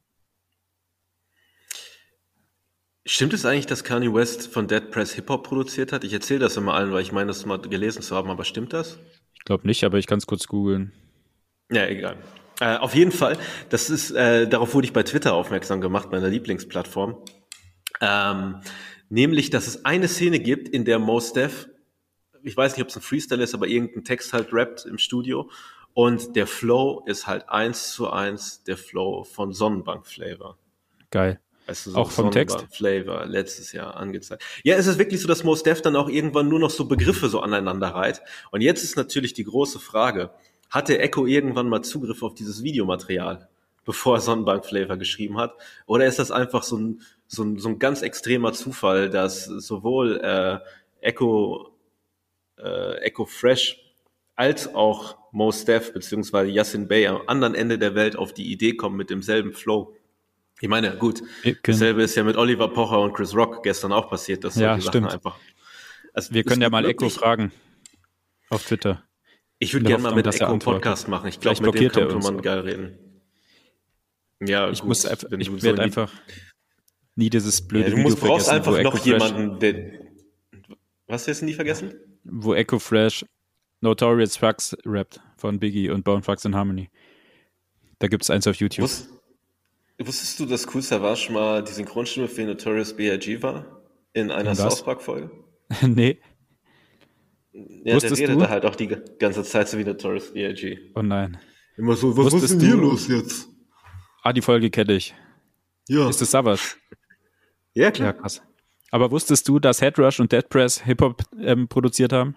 Stimmt es eigentlich, dass Kanye West von Dead Press Hip-Hop produziert hat? Ich erzähle das immer allen, weil ich meine, das mal gelesen zu haben, aber stimmt das? Ich glaube nicht, aber ich kann es kurz googeln. Ja, egal. Auf jeden Fall, das ist, darauf wurde ich bei Twitter aufmerksam gemacht, meiner Lieblingsplattform. Nämlich, dass es eine Szene gibt, in der Mos Def, ich weiß nicht, ob es ein Freestyle ist, aber irgendein Text halt rappt im Studio. Und der Flow ist halt 1:1 der Flow von Sonnenbank Flavor. Geil. Weißt du, so auch vom Text? Flavor letztes Jahr angezeigt. Ja, es ist wirklich so, dass Mos Def dann auch irgendwann nur noch so Begriffe so aneinander reiht. Und jetzt ist natürlich die große Frage, hatte Echo irgendwann mal Zugriff auf dieses Videomaterial, bevor er Sonnenbank Flavor geschrieben hat? Oder ist das einfach so ein ganz extremer Zufall, dass sowohl Echo Fresh als auch Mos Def bzw. Yasin Bey am anderen Ende der Welt auf die Idee kommen mit demselben Flow? Ich meine, gut, dasselbe ist ja mit Oliver Pocher und Chris Rock gestern auch passiert, dass solche Sachen einfach... Also wir können ja mal Echo fragen auf Twitter. Ich würde gerne mal mit Echo einen Podcast machen. Ich glaube, mit dem kann man geil reden. Ja, ich werde einfach nie dieses blöde Video vergessen. Du brauchst einfach noch jemanden, der... Was wirst du nie vergessen? Wo Echo Fresh Notorious Thugs rappt von Biggie und Bone Thugs and Harmony. Da gibt es eins auf YouTube. Wusstest du, dass Kool Savas mal die Synchronstimme für Notorious B.I.G. war? In einer South Park-Folge? Nee. Ja, der redete halt auch die ganze Zeit so wie Notorious B.I.G. Oh nein. Immer so, was ist denn hier los jetzt? Die Folge kenne ich. Ja. Ist das Savage? Ja, Ja, klar. krass. Aber wusstest du, dass Headrush und Dead Press Hip-Hop produziert haben?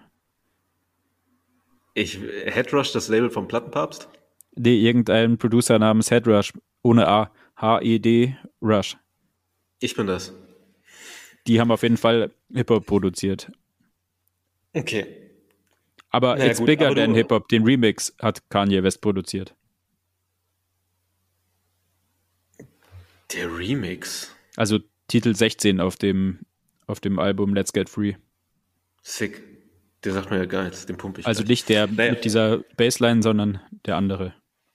Headrush, das Label vom Plattenpapst? Nee, irgendein Producer namens Headrush, ohne A, H-E-D, Rush. Ich bin das. Die haben auf jeden Fall Hip-Hop produziert. Okay. Aber Naja, It's gut, Bigger aber Than du- Hip-Hop, den Remix hat Kanye West produziert. Der Remix. Also Titel 16 auf dem Album Let's Get Free. Sick. Der sagt mir ja gar nichts, den pumpe ich Also gleich. nicht der Naja. mit dieser Bassline, sondern der andere.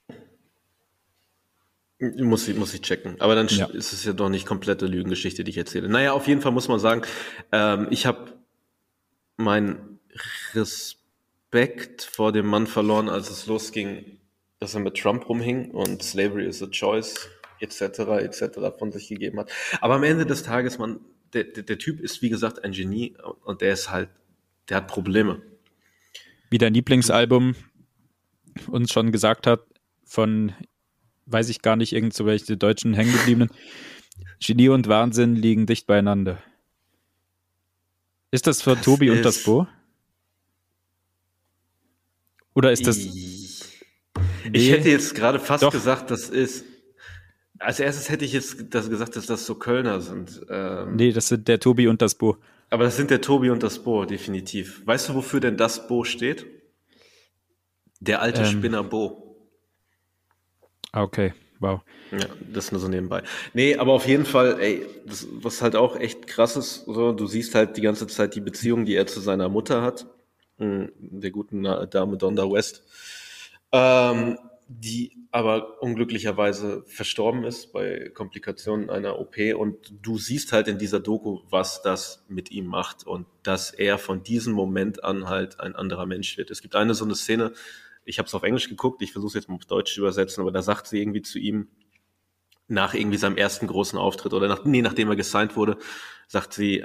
Muss ich checken. Aber dann Ja. ist es ja doch nicht komplette Lügengeschichte, die ich erzähle. Naja, auf jeden Fall muss man sagen, ich habe meinen Respekt vor dem Mann verloren, als es losging, dass er mit Trump rumhing und Slavery is a Choice etc. von sich gegeben hat. Aber am Ende des Tages, der Typ ist, wie gesagt, ein Genie und der hat Probleme. Wie dein Lieblingsalbum uns schon gesagt hat, von, weiß ich gar nicht, irgend so welche deutschen hängengebliebenen, Genie und Wahnsinn liegen dicht beieinander. Ist das für Das Tobi und ist- das Bo? Oder ist das... Ich Nee. hätte jetzt gerade fast Doch. gesagt, als erstes hätte ich jetzt gesagt, dass das so Kölner sind. Nee, das sind der Tobi und das Bo. Aber das sind der Tobi und das Bo, definitiv. Weißt du, wofür denn das Bo steht? Der alte Spinner Bo. Okay, wow. Ja, das nur so nebenbei. Nee, aber auf jeden Fall, ey, was halt auch echt krass ist, so, du siehst halt die ganze Zeit die Beziehung, die er zu seiner Mutter hat, der guten Dame Donda West, die aber unglücklicherweise verstorben ist bei Komplikationen einer OP und du siehst halt in dieser Doku, was das mit ihm macht und dass er von diesem Moment an halt ein anderer Mensch wird. Es gibt so eine Szene, ich habe es auf Englisch geguckt, ich versuche es jetzt mal auf Deutsch zu übersetzen, aber da sagt sie irgendwie zu ihm, nach irgendwie seinem ersten großen Auftritt oder nachdem er gesigned wurde, sagt sie,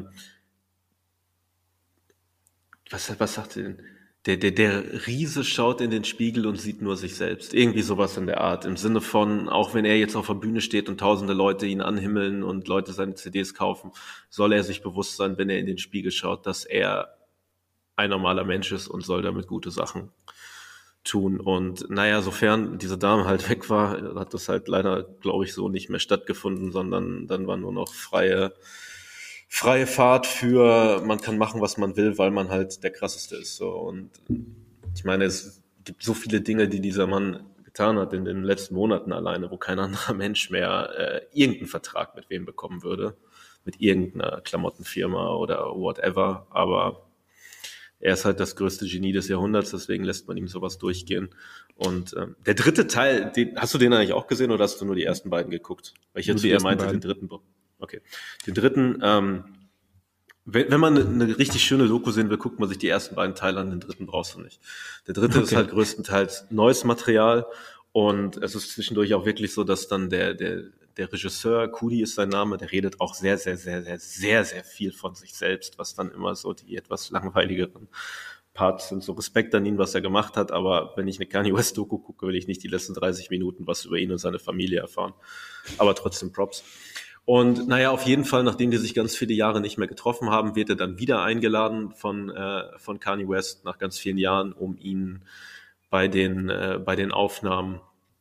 was sagt sie denn? Der Riese schaut in den Spiegel und sieht nur sich selbst. Irgendwie sowas in der Art. Im Sinne von, auch wenn er jetzt auf der Bühne steht und tausende Leute ihn anhimmeln und Leute seine CDs kaufen, soll er sich bewusst sein, wenn er in den Spiegel schaut, dass er ein normaler Mensch ist und soll damit gute Sachen tun. Und naja, sofern diese Dame halt weg war, hat das halt leider, glaube ich, so nicht mehr stattgefunden, sondern dann war nur noch freie Fahrt für, man kann machen, was man will, weil man halt der Krasseste ist. So. Und ich meine, es gibt so viele Dinge, die dieser Mann getan hat in den letzten Monaten alleine, wo kein anderer Mensch mehr irgendeinen Vertrag mit wem bekommen würde, mit irgendeiner Klamottenfirma oder whatever, aber er ist halt das größte Genie des Jahrhunderts, deswegen lässt man ihm sowas durchgehen. Und der dritte Teil, hast du den eigentlich auch gesehen oder hast du nur die ersten beiden geguckt? Weil ich Nur jetzt die wieder ersten meinte, beiden. den dritten. Okay. Den dritten, wenn man eine richtig schöne Doku sehen will, guckt man sich die ersten beiden Teile an, den dritten brauchst du nicht. Der dritte ist halt größtenteils neues Material und es ist zwischendurch auch wirklich so, dass dann der Regisseur, Kudi ist sein Name, der redet auch sehr, sehr, sehr, sehr, sehr, sehr viel von sich selbst, was dann immer so die etwas langweiligeren Parts sind. So Respekt an ihn, was er gemacht hat, aber wenn ich eine Kanye West Doku gucke, will ich nicht die letzten 30 Minuten was über ihn und seine Familie erfahren. Aber trotzdem Props. Und naja, auf jeden Fall, nachdem die sich ganz viele Jahre nicht mehr getroffen haben, wird er dann wieder eingeladen von Kanye West nach ganz vielen Jahren, um ihn bei den Aufnahmen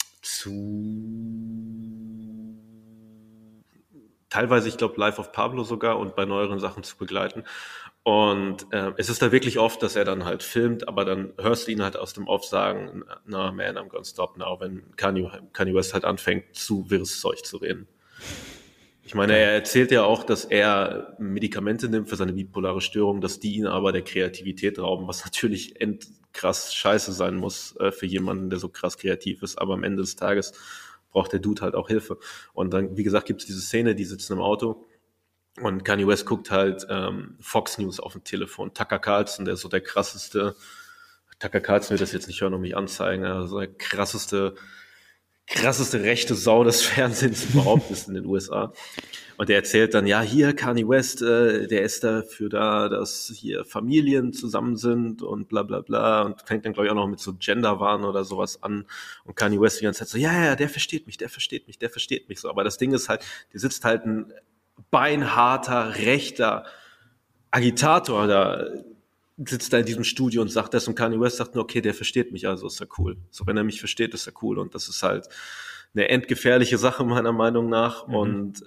teilweise, ich glaube, Life of Pablo sogar und bei neueren Sachen zu begleiten. Und es ist da wirklich oft, dass er dann halt filmt, aber dann hörst du ihn halt aus dem Off sagen, no man, I'm gonna stop now, wenn Kanye West halt anfängt, zu wirres Zeug zu reden. Ich meine, er erzählt ja auch, dass er Medikamente nimmt für seine bipolare Störung, dass die ihn aber der Kreativität rauben, was natürlich krass scheiße sein muss für jemanden, der so krass kreativ ist. Aber am Ende des Tages braucht der Dude halt auch Hilfe. Und dann, wie gesagt, gibt es diese Szene, die sitzen im Auto und Kanye West guckt halt Fox News auf dem Telefon. Tucker Carlson, der ist so der krasseste, Tucker Carlson wird das jetzt nicht hören und mich anzeigen, also der krasseste krasseste rechte Sau des Fernsehens überhaupt ist in den USA. Und der erzählt dann, ja, hier Kanye West, der ist dafür da, dass hier Familien zusammen sind und bla bla bla und fängt dann, glaube ich, auch noch mit so Genderwahn oder sowas an. Und Kanye West die ganze Zeit so, ja, der versteht mich so. Aber das Ding ist halt, der sitzt halt ein beinharter, rechter Agitator da, sitzt da in diesem Studio und sagt das und Kanye West sagt nur, okay, der versteht mich, also ist er cool. So, wenn er mich versteht, ist er cool. Und das ist halt eine endgefährliche Sache meiner Meinung nach. Und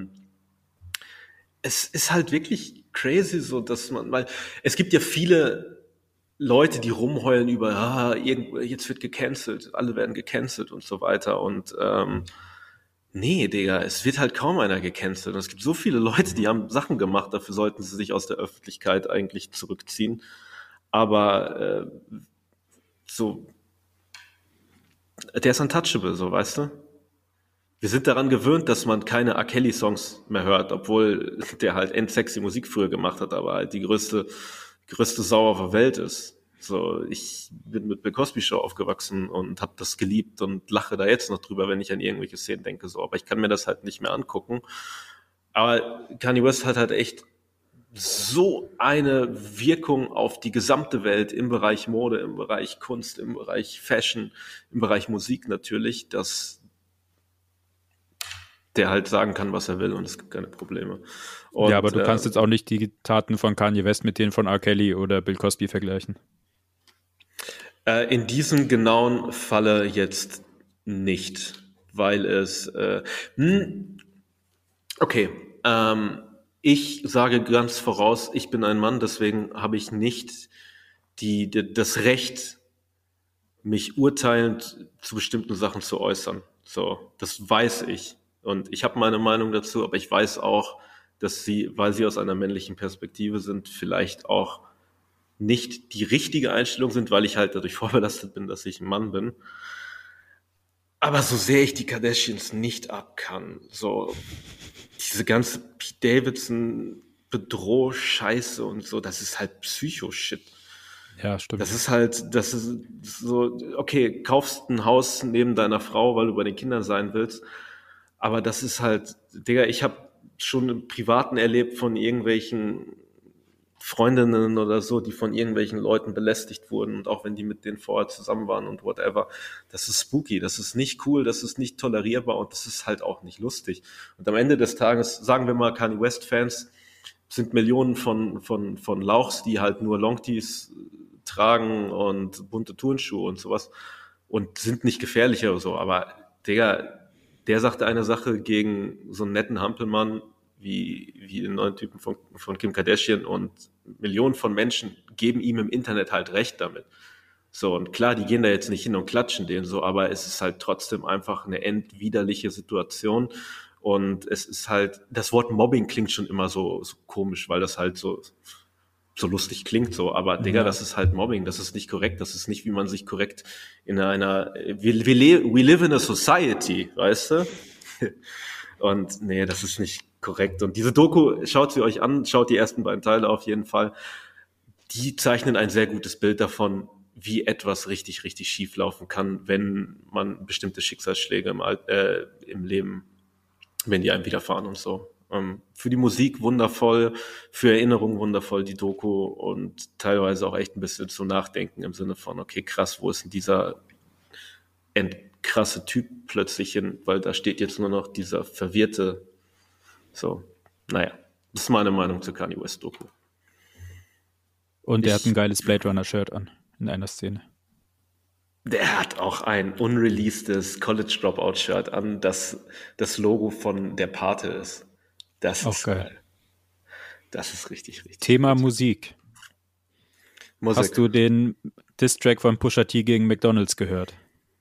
es ist halt wirklich crazy, so dass man, weil es gibt ja viele Leute, die rumheulen über, jetzt wird gecancelt, alle werden gecancelt und so weiter. Und nee, Digga, es wird halt kaum einer gecancelt. Und es gibt so viele Leute, die haben Sachen gemacht, dafür sollten sie sich aus der Öffentlichkeit eigentlich zurückziehen. Aber so, der ist untouchable, so, weißt du? Wir sind daran gewöhnt, dass man keine R. Kelly-Songs mehr hört, obwohl der halt endsexy Musik früher gemacht hat, aber halt die größte Sau auf der Welt ist. So, ich bin mit Bill Cosby Show aufgewachsen und habe das geliebt und lache da jetzt noch drüber, wenn ich an irgendwelche Szenen denke, so. Aber ich kann mir das halt nicht mehr angucken. Aber Kanye West hat halt echt so eine Wirkung auf die gesamte Welt im Bereich Mode, im Bereich Kunst, im Bereich Fashion, im Bereich Musik natürlich, dass der halt sagen kann, was er will und es gibt keine Probleme. Und, ja, aber du kannst jetzt auch nicht die Taten von Kanye West mit denen von R. Kelly oder Bill Cosby vergleichen. In diesem genauen Falle jetzt nicht, weil es okay, ich sage ganz voraus, ich bin ein Mann, deswegen habe ich nicht das Recht, mich urteilend zu bestimmten Sachen zu äußern. So, das weiß ich. Und ich habe meine Meinung dazu, aber ich weiß auch, dass sie, weil sie aus einer männlichen Perspektive sind, vielleicht auch nicht die richtige Einstellung sind, weil ich halt dadurch vorbelastet bin, dass ich ein Mann bin. Aber so sehr ich die Kardashians nicht ab kann, so diese ganze Pete Davidson Bedroh-Scheiße und so, das ist halt Psycho-Shit. Ja, stimmt. Das ist so, okay, kaufst ein Haus neben deiner Frau, weil du bei den Kindern sein willst, aber das ist halt, Digga, ich habe schon im Privaten erlebt von irgendwelchen Freundinnen oder so, die von irgendwelchen Leuten belästigt wurden und auch wenn die mit denen vorher zusammen waren und whatever, das ist spooky, das ist nicht cool, das ist nicht tolerierbar und das ist halt auch nicht lustig. Und am Ende des Tages, sagen wir mal, Kanye West-Fans sind Millionen von Lauchs, die halt nur Longtees tragen und bunte Turnschuhe und sowas und sind nicht gefährlicher oder so, aber Digga, der sagte eine Sache gegen so einen netten Hampelmann wie den neuen Typen von Kim Kardashian und Millionen von Menschen geben ihm im Internet halt recht damit. So, und klar, die gehen da jetzt nicht hin und klatschen den so, aber es ist halt trotzdem einfach eine endwiderliche Situation. Und es ist halt, das Wort Mobbing klingt schon immer so komisch, weil das halt so lustig klingt so, aber Digga, das ist halt Mobbing, das ist nicht korrekt, das ist nicht, wie man sich korrekt in einer, we live in a society, weißt du? Und nee, das ist nicht korrekt. Und diese Doku, schaut sie euch an, schaut die ersten beiden Teile auf jeden Fall. Die zeichnen ein sehr gutes Bild davon, wie etwas richtig, richtig schief laufen kann, wenn man bestimmte Schicksalsschläge im Leben, wenn die einem widerfahren und so. Für die Musik wundervoll, für Erinnerungen wundervoll, die Doku und teilweise auch echt ein bisschen zu nachdenken im Sinne von, okay, krass, wo ist denn dieser krasse Typ plötzlich hin, weil da steht jetzt nur noch dieser verwirrte, so, naja, das ist meine Meinung zur Kanye West Doku. Und er hat ein geiles Blade Runner Shirt an, in einer Szene. Der hat auch ein unreleasedes College Dropout Shirt an, das Logo von der Pate ist. Das auch ist geil. Das ist richtig, richtig. Thema gut. Musik. Hast du den Diss-Track von Pusha T gegen McDonald's gehört?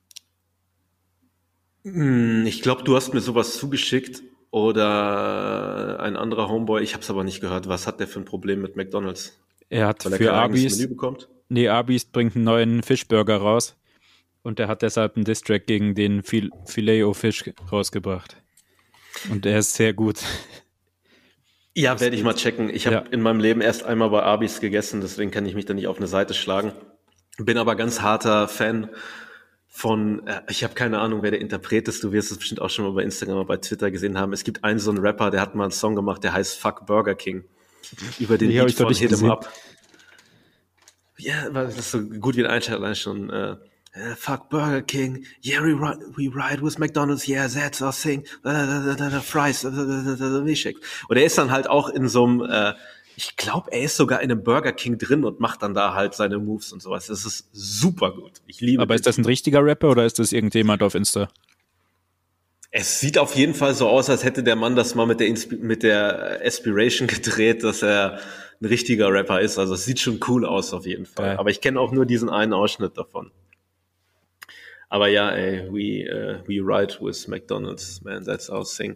Ich glaube, du hast mir sowas zugeschickt oder ein anderer Homeboy. Ich habe es aber nicht gehört. Was hat der für ein Problem mit McDonald's? Er hat Weil er für kein eigenes Arby's, Menü bekommt? Nee, Arby's bringt einen neuen Fischburger raus und er hat deshalb einen Diss-Track gegen den Filet-O-Fish rausgebracht. Und der ist sehr gut. Ja, werde ich mal checken. Ich habe in meinem Leben erst einmal bei Arby's gegessen, deswegen kann ich mich da nicht auf eine Seite schlagen. Bin aber ganz harter Fan ich habe keine Ahnung, wer der Interpret ist, du wirst es bestimmt auch schon mal bei Instagram oder bei Twitter gesehen haben. Es gibt einen so einen Rapper, der hat mal einen Song gemacht, der heißt Fuck Burger King. Über den Die hab Beat ich doch von nicht Hit 'em gesehen. Up. Ja, weil das ist so gut wie ein Einschalten allein schon. Fuck Burger King, yeah, we ride with McDonald's, yeah, that's our thing, Fries, Milkshake. Und er ist dann halt auch in so einem, ich glaube, er ist sogar in einem Burger King drin und macht dann da halt seine Moves und sowas. Das ist super gut. Ich liebe Aber ist das ein richtiger Rapper oder ist das irgendjemand auf Insta? Es sieht auf jeden Fall so aus, als hätte der Mann das mal mit der Aspiration gedreht, dass er ein richtiger Rapper ist. Also es sieht schon cool aus auf jeden Fall. Geil. Aber ich kenne auch nur diesen einen Ausschnitt davon. Aber ja, ey, we ride with McDonald's, man, that's our thing.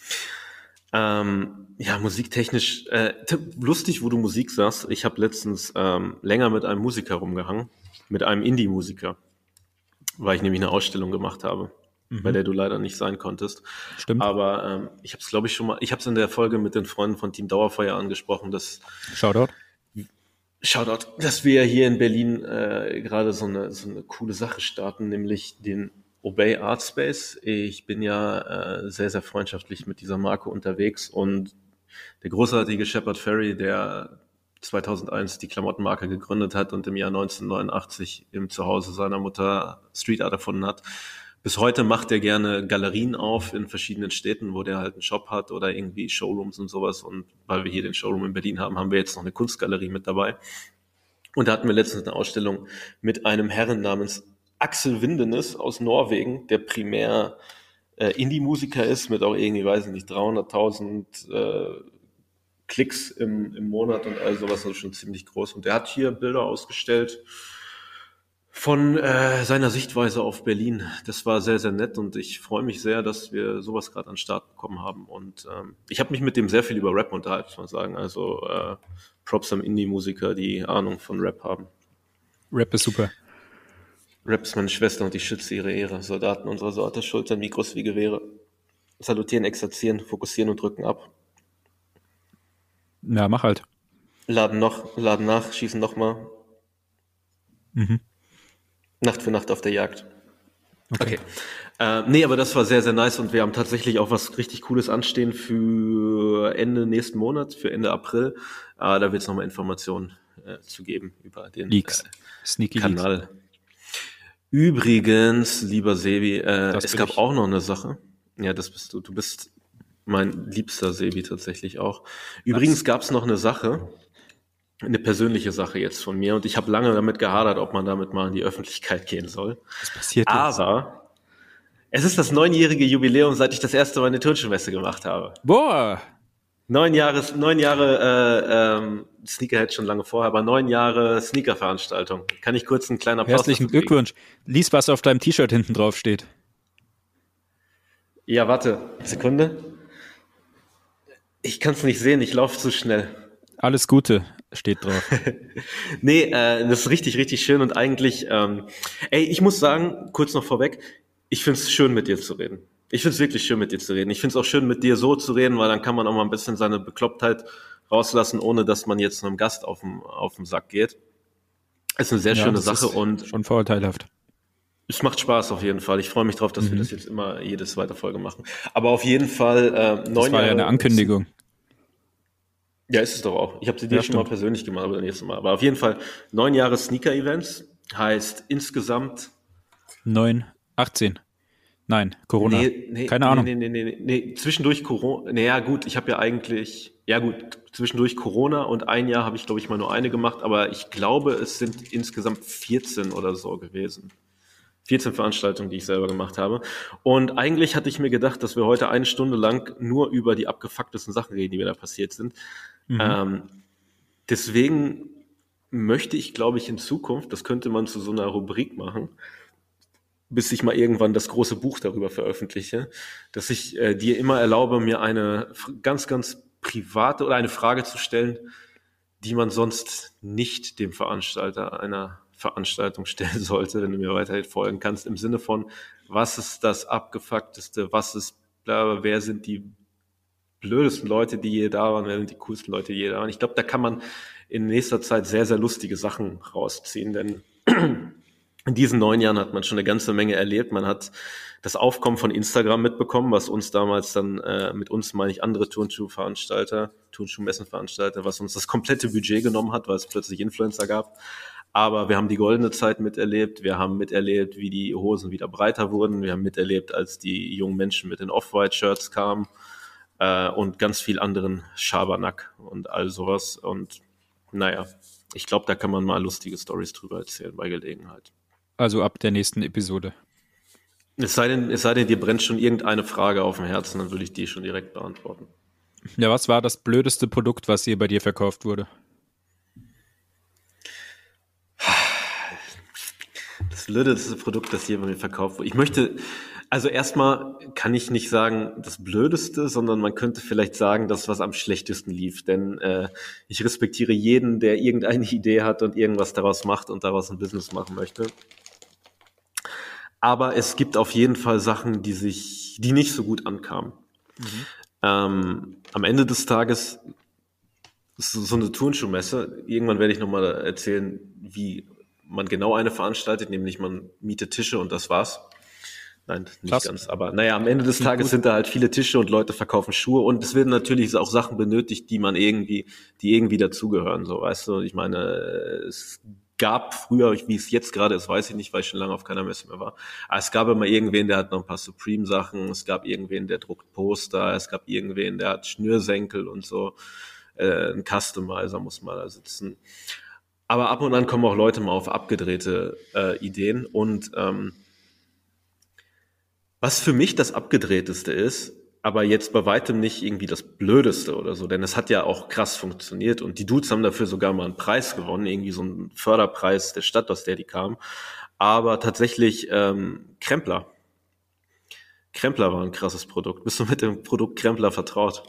Ja, musiktechnisch, lustig, wo du Musik sagst. Ich habe letztens länger mit einem Musiker rumgehangen, mit einem Indie-Musiker, weil ich nämlich eine Ausstellung gemacht habe, bei der du leider nicht sein konntest. Stimmt. Aber ich habe es, glaube ich, schon mal, ich habe es in der Folge mit den Freunden von Team Dauerfeuer angesprochen, dass Shoutout. dass wir hier in Berlin gerade so eine coole Sache starten, nämlich den Obey Art Space. Ich bin ja sehr, sehr freundschaftlich mit dieser Marke unterwegs und der großartige Shepard Fairey, der 2001 die Klamottenmarke gegründet hat und im Jahr 1989 im Zuhause seiner Mutter Street Art erfunden hat. Bis heute macht er gerne Galerien auf in verschiedenen Städten, wo der halt einen Shop hat oder irgendwie Showrooms und sowas. Und weil wir hier den Showroom in Berlin haben, haben wir jetzt noch eine Kunstgalerie mit dabei. Und da hatten wir letztens eine Ausstellung mit einem Herren namens Axel Windenes aus Norwegen, der primär Indie-Musiker ist, mit auch irgendwie, weiß ich nicht, 300.000 Klicks im Monat und all sowas, also schon ziemlich groß. Und der hat hier Bilder ausgestellt von seiner Sichtweise auf Berlin. Das war sehr, sehr nett und ich freue mich sehr, dass wir sowas gerade an den Start bekommen haben. Und ich habe mich mit dem sehr viel über Rap unterhalten, muss man sagen. Also Props am Indie-Musiker, die Ahnung von Rap haben. Rap ist super. Rap ist meine Schwester und ich schütze ihre Ehre. Soldaten unserer Sorte, Schultern, Mikros wie Gewehre. Salutieren, exerzieren, fokussieren und drücken ab. Ja, mach halt. Laden nach, schießen nochmal. Nacht für Nacht auf der Jagd. Okay. Nee, aber das war sehr, sehr nice und wir haben tatsächlich auch was richtig Cooles anstehen für Ende nächsten Monat, für Ende April. Da wird es nochmal Informationen zu geben über den Leaks. Sneaky Kanal. Leaks. Übrigens, lieber Sebi, es bin gab ich. auch noch eine Sache. Ja, das bist du. Du bist mein liebster Sebi tatsächlich auch. Übrigens gab es noch eine Sache, eine persönliche Sache jetzt von mir und ich habe lange damit gehadert, ob man damit mal in die Öffentlichkeit gehen soll. Was passiert jetzt? Aber es ist das 9-jährige Jubiläum, seit ich das erste Mal eine Turnschuhmesse gemacht habe. Boah! 9 Jahre Sneakerhead schon lange vorher, aber 9 Jahre Sneaker-Veranstaltung. Kann ich kurz einen kleinen Applaus Herzlichen dafür kriegen? Glückwunsch. Lies, was auf deinem T-Shirt hinten drauf steht. Ja, warte, Sekunde. Ich kann es nicht sehen, ich laufe zu schnell. Alles Gute steht drauf. Nee, das ist richtig, richtig schön und eigentlich, ich muss sagen, kurz noch vorweg, ich finde es schön, mit dir zu reden. Ich finde es wirklich schön, mit dir zu reden. Ich finde es auch schön, mit dir so zu reden, weil dann kann man auch mal ein bisschen seine Beklopptheit rauslassen, ohne dass man jetzt einem Gast auf den Sack geht. Ist eine sehr schöne das Sache ist und schon vorurteilhaft. es macht Spaß auf jeden Fall. Ich freue mich drauf, dass wir das jetzt immer jede zweite Folge machen. Aber auf jeden Fall 9 Das war Jahre. ja eine Ankündigung. Ja, ist es doch auch. Ich habe sie dir Ja, schon mal stimmt. persönlich gemacht, aber das nächste Mal. Aber auf jeden Fall 9 Jahre Sneaker-Events heißt insgesamt 9, 18. Nein, Corona. Keine Ahnung. Nee, zwischendurch Corona. Naja, gut, ich habe ja eigentlich, zwischendurch Corona und ein Jahr habe ich, glaube ich, mal nur eine gemacht, aber ich glaube, es sind insgesamt 14 oder so gewesen. 14 Veranstaltungen, die ich selber gemacht habe. Und eigentlich hatte ich mir gedacht, dass wir heute 1 Stunde lang nur über die abgefucktesten Sachen reden, die mir da passiert sind. Deswegen möchte ich, glaube ich, in Zukunft, das könnte man zu so einer Rubrik machen, bis ich mal irgendwann das große Buch darüber veröffentliche, dass ich dir immer erlaube, mir eine ganz, ganz private oder eine Frage zu stellen, die man sonst nicht dem Veranstalter einer Veranstaltung stellen sollte, wenn du mir weiterhin folgen kannst, im Sinne von, was ist das Abgefuckteste, was ist, bla, wer sind die blödesten Leute, die je da waren, wer sind die coolsten Leute, die je da waren. Ich glaube, da kann man in nächster Zeit sehr, sehr lustige Sachen rausziehen, denn in diesen 9 Jahren hat man schon eine ganze Menge erlebt. Man hat das Aufkommen von Instagram mitbekommen, was uns damals dann, mit uns meine ich andere Turnschuhmessenveranstalter, was uns das komplette Budget genommen hat, weil es plötzlich Influencer gab. Aber wir haben die goldene Zeit miterlebt. Wir haben miterlebt, wie die Hosen wieder breiter wurden. Wir haben miterlebt, als die jungen Menschen mit den Off-White-Shirts kamen, und ganz viel anderen Schabernack und all sowas. Und naja, ich glaube, da kann man mal lustige Stories drüber erzählen bei Gelegenheit. Also ab der nächsten Episode. Es sei denn, dir brennt schon irgendeine Frage auf dem Herzen, dann würde ich die schon direkt beantworten. Ja, was war das blödeste Produkt, was je bei dir verkauft wurde? Das blödeste Produkt, das je bei mir verkauft wurde. Also erstmal kann ich nicht sagen, das Blödeste, sondern man könnte vielleicht sagen, das, was am schlechtesten lief. Denn ich respektiere jeden, der irgendeine Idee hat und irgendwas daraus macht und daraus ein Business machen möchte. Aber es gibt auf jeden Fall Sachen, die nicht so gut ankamen. Am Ende des Tages ist so eine Turnschuhmesse. Irgendwann werde ich nochmal erzählen, wie man genau eine veranstaltet, nämlich man mietet Tische und das war's. Nein, nicht Krass. ganz. Aber naja, am Ende des Tages sind da halt viele Tische und Leute verkaufen Schuhe und es werden natürlich auch Sachen benötigt, die irgendwie dazugehören. So, weißt du, ich meine, es gab früher, wie es jetzt gerade ist, weiß ich nicht, weil ich schon lange auf keiner Messe mehr war. Aber es gab immer irgendwen, der hat noch ein paar Supreme-Sachen, es gab irgendwen, der druckt Poster, es gab irgendwen, der hat Schnürsenkel und so. Ein Customizer muss mal da sitzen. Aber ab und an kommen auch Leute mal auf abgedrehte Ideen und was für mich das Abgedrehteste ist, aber jetzt bei weitem nicht irgendwie das Blödeste oder so, denn es hat ja auch krass funktioniert und die Dudes haben dafür sogar mal einen Preis gewonnen, irgendwie so einen Förderpreis der Stadt, aus der die kamen. Aber tatsächlich Krempler. Krempler war ein krasses Produkt. Bist du mit dem Produkt Krempler vertraut?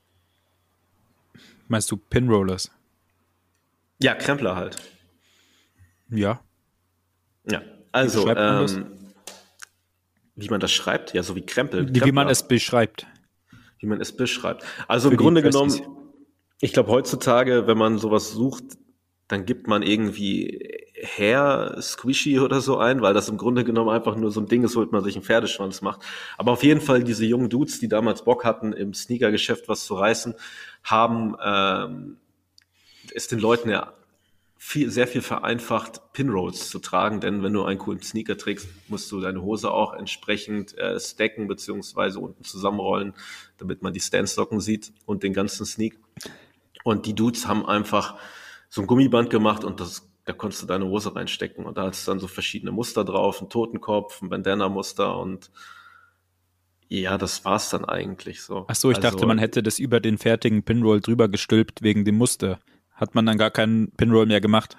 Meinst du Pinrollers? Ja, Krempler halt. Ja. Ja, also Wie schreibt man das? Wie man das schreibt? Ja, so wie Krempel. Wie man es beschreibt. Wie man es beschreibt. Also Für im Grunde die genommen, Prestis. ich glaube heutzutage, wenn man sowas sucht, dann gibt man irgendwie Hair Squishy oder so ein, weil das im Grunde genommen einfach nur so ein Ding ist, womit man sich einen Pferdeschwanz macht. Aber auf jeden Fall diese jungen Dudes, die damals Bock hatten, im Sneakergeschäft was zu reißen, haben es den Leuten ja sehr viel vereinfacht, Pinrolls zu tragen, denn wenn du einen coolen Sneaker trägst, musst du deine Hose auch entsprechend stacken beziehungsweise unten zusammenrollen, damit man die Stance-Socken sieht und den ganzen Sneak. Und die Dudes haben einfach so ein Gummiband gemacht und da konntest du deine Hose reinstecken und da hast du dann so verschiedene Muster drauf, ein Totenkopf, ein Bandana-Muster und ja, das war's dann eigentlich so. Ach so, ich dachte, man hätte das über den fertigen Pinroll drüber gestülpt wegen dem Muster. Hat man dann gar keinen Pinroll mehr gemacht?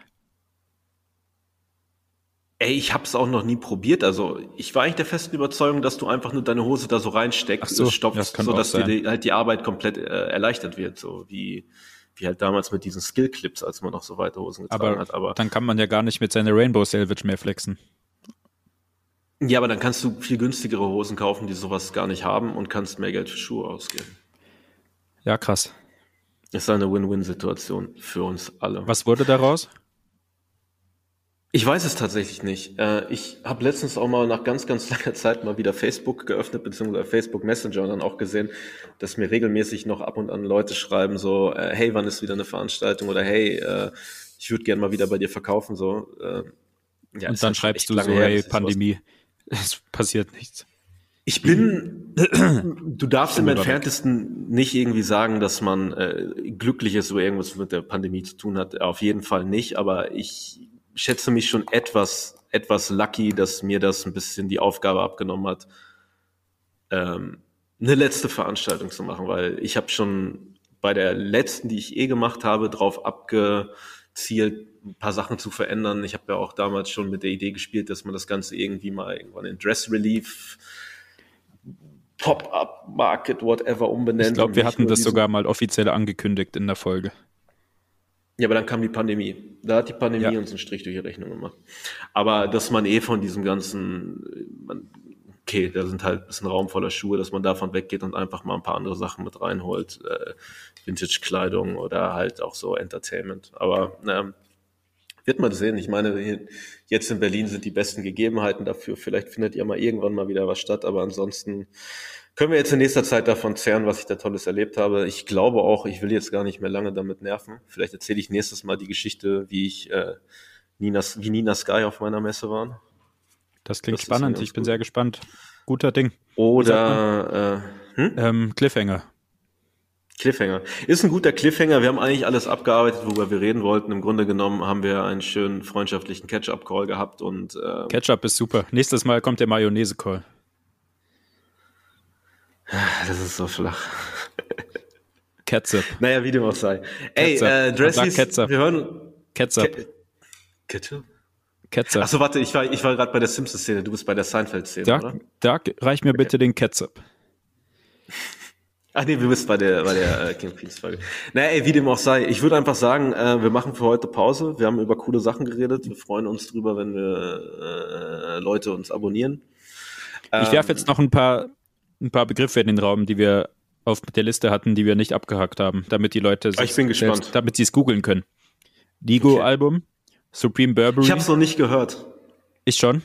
Ey, ich hab's auch noch nie probiert. Also ich war eigentlich der festen Überzeugung, dass du einfach nur deine Hose da so reinsteckst, Ach so, stopfst, das kann sodass auch dir sein. halt die Arbeit komplett erleichtert wird. So wie halt damals mit diesen Skill-Clips, als man noch so weite Hosen getragen hat. Aber dann kann man ja gar nicht mit seiner Rainbow Salvage mehr flexen. ja, aber dann kannst du viel günstigere Hosen kaufen, die sowas gar nicht haben und kannst mehr Geld für Schuhe ausgeben. Ja, krass. Ist eine Win-Win-Situation für uns alle. Was wurde daraus? Ich weiß es tatsächlich nicht. Ich habe letztens auch mal nach ganz, ganz langer Zeit mal wieder Facebook geöffnet, beziehungsweise Facebook Messenger und dann auch gesehen, dass mir regelmäßig noch ab und an Leute schreiben, so, hey, wann ist wieder eine Veranstaltung? Oder hey, ich würde gerne mal wieder bei dir verkaufen. So, ja, Und dann halt schreibst echt du so, lange her, hey, dass ich Pandemie, es passiert nichts. Du darfst im Bin Entferntesten nicht irgendwie sagen, dass man glücklich ist, wo irgendwas mit der Pandemie zu tun hat. Auf jeden Fall nicht, aber ich schätze mich schon etwas lucky, dass mir das ein bisschen die Aufgabe abgenommen hat, eine letzte Veranstaltung zu machen, weil ich habe schon bei der letzten, die ich gemacht habe, drauf abgezielt, ein paar Sachen zu verändern. Ich habe ja auch damals schon mit der Idee gespielt, dass man das Ganze irgendwie mal irgendwann in Dress Relief, Pop-up Market, whatever umbenennt. Ich glaube, wir hatten das sogar mal offiziell angekündigt in der Folge. Ja, aber dann kam die Pandemie. Da hat die Pandemie uns einen Strich durch die Rechnung gemacht. Aber dass man von diesem ganzen, okay, da sind halt ein bisschen Raum voller Schuhe, dass man davon weggeht und einfach mal ein paar andere Sachen mit reinholt. Vintage-Kleidung oder halt auch so Entertainment. Aber Wird man sehen. Ich meine, jetzt in Berlin sind die besten Gegebenheiten dafür. Vielleicht findet ja mal irgendwann mal wieder was statt, aber ansonsten können wir jetzt in nächster Zeit davon zehren, was ich da Tolles erlebt habe. Ich glaube auch, ich will jetzt gar nicht mehr lange damit nerven. Vielleicht erzähle ich nächstes Mal die Geschichte, wie Nina Sky auf meiner Messe waren. Das klingt spannend. Ich bin sehr gespannt. Guter Ding. Oder Cliffhanger. Cliffhanger. Ist ein guter Cliffhanger. Wir haben eigentlich alles abgearbeitet, worüber wir reden wollten. Im Grunde genommen haben wir einen schönen freundschaftlichen Catch-up-Call gehabt. Und Ketchup ist super. Nächstes Mal kommt der Mayonnaise-Call. Das ist so flach. Ketchup. Naja, wie dem auch sei. Ey, Dressies, Ketchup. wir hören... Ketchup. Ketchup? Ketchup. Achso, warte, ich war gerade bei der Simpsons-Szene. Du bist bei der Seinfeld-Szene, oder? Da reich mir bitte den Ketchup. Ach nee, du bist bei der King of Queens-Folge. Naja, ey, wie dem auch sei. Ich würde einfach sagen, wir machen für heute Pause. Wir haben über coole Sachen geredet. Wir freuen uns drüber, wenn wir Leute uns abonnieren. Ich werfe jetzt noch ein paar Begriffe in den Raum, die wir auf der Liste hatten, die wir nicht abgehakt haben, damit die Leute ich bin gespannt. Damit sie es googeln können. Digo-Album, Supreme Burberry. Ich habe es noch nicht gehört. Ich schon.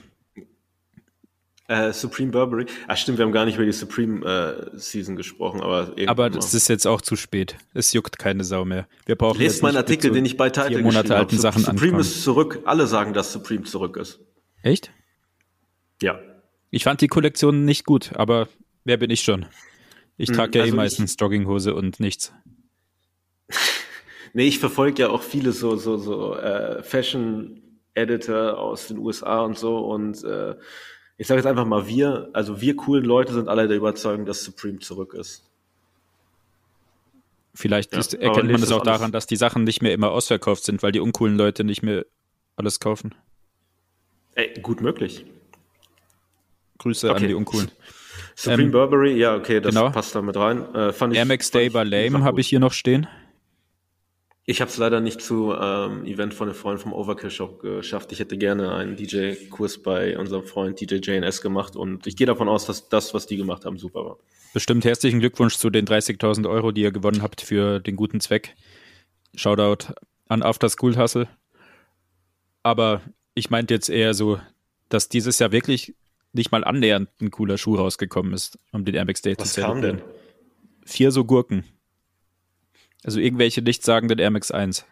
Supreme Burberry. Ach stimmt, wir haben gar nicht über die Supreme Season gesprochen, aber das ist jetzt auch zu spät. Es juckt keine Sau mehr. Wir brauchen lest meinen Artikel, den ich bei Tidal Monate alten Sachen Supreme anfangen. ist zurück. Alle sagen, dass Supreme zurück ist. Echt? Ja. Ich fand die Kollektion nicht gut, aber wer bin ich schon? Ich trage ja also meistens Jogginghose und nichts. Nee, ich verfolge ja auch viele so Fashion-Editor aus den USA und so und ich sage jetzt einfach mal wir coolen Leute sind alle der Überzeugung, dass Supreme zurück ist. Vielleicht erkennt man das auch daran, dass die Sachen nicht mehr immer ausverkauft sind, weil die uncoolen Leute nicht mehr alles kaufen. Ey, gut möglich. Grüße an die Uncoolen. Supreme Burberry, ja, okay, das genau. passt da mit rein. Air Max Day war lame, habe ich hier noch stehen. Ich habe es leider nicht zu Event von den Freunden vom Overkill Shop geschafft. Ich hätte gerne einen DJ-Kurs bei unserem Freund DJ JNS gemacht und ich gehe davon aus, dass das, was die gemacht haben, super war. Bestimmt herzlichen Glückwunsch zu den 30.000 Euro, die ihr gewonnen habt für den guten Zweck. Shoutout an After School Hustle. Aber ich meinte jetzt eher so, dass dieses Jahr wirklich nicht mal annähernd ein cooler Schuh rausgekommen ist, um den Air Max Day zu zelebrieren. Was kam denn? 4 so Gurken. Also irgendwelche nichtssagenden Air Max 1.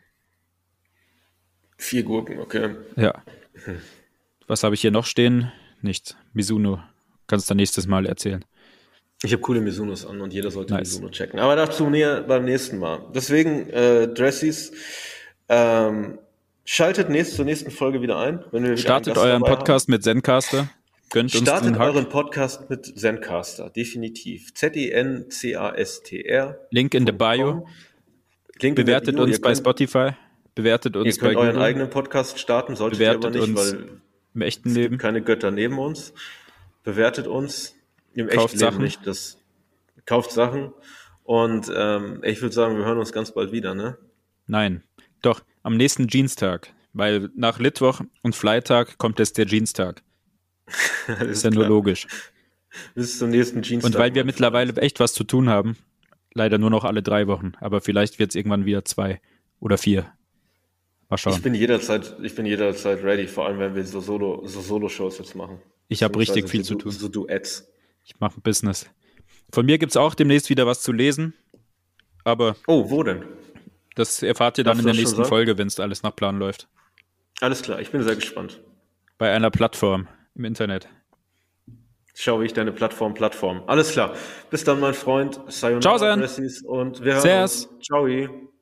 4 Gurken, okay. Ja. Was habe ich hier noch stehen? Nichts. Mizuno. Kannst du nächstes Mal erzählen. Ich habe coole Mizunos an und jeder sollte Mizuno checken. Aber dazu näher beim nächsten Mal. Deswegen, Dressies, schaltet zur nächsten Folge wieder ein. Wenn wir wieder Startet euren Podcast mit Zencaster. Gönnt uns Startet den Hack. euren Podcast mit Zencaster, definitiv. Zencastr. Link in the Bio. Bewertet uns bei Spotify. Bewertet uns bei Google. Ihr könnt euren eigenen Podcast starten, solltet ihr aber nicht, weil im echten es Leben gibt keine Götter neben uns. Bewertet uns im echten Leben nicht. Kauft Sachen. Und ich würde sagen, wir hören uns ganz bald wieder, ne? Nein, doch, am nächsten Jeans-Tag. Weil nach Litwoch und Freitag kommt jetzt der Jeans-Tag. Das ist ja nur logisch. Bis zum nächsten Jeans-Tag. Und weil wir mittlerweile echt was zu tun haben, leider nur noch alle 3 Wochen, aber vielleicht wird es irgendwann wieder 2 oder 4. Mal schauen. Ich bin jederzeit ready, vor allem wenn wir so Solo-Shows jetzt machen. Ich habe richtig viel zu tun. So Duets. Ich mache ein Business. Von mir gibt es auch demnächst wieder was zu lesen, aber... Oh, wo denn? Das erfahrt ihr dann in der nächsten Folge, wenn es alles nach Plan läuft. Alles klar, ich bin sehr gespannt. Bei einer Plattform im Internet. Schau, wie ich deine Plattform. Alles klar. Bis dann, mein Freund. Ciao, Sen. Und wir hören uns. Ciao.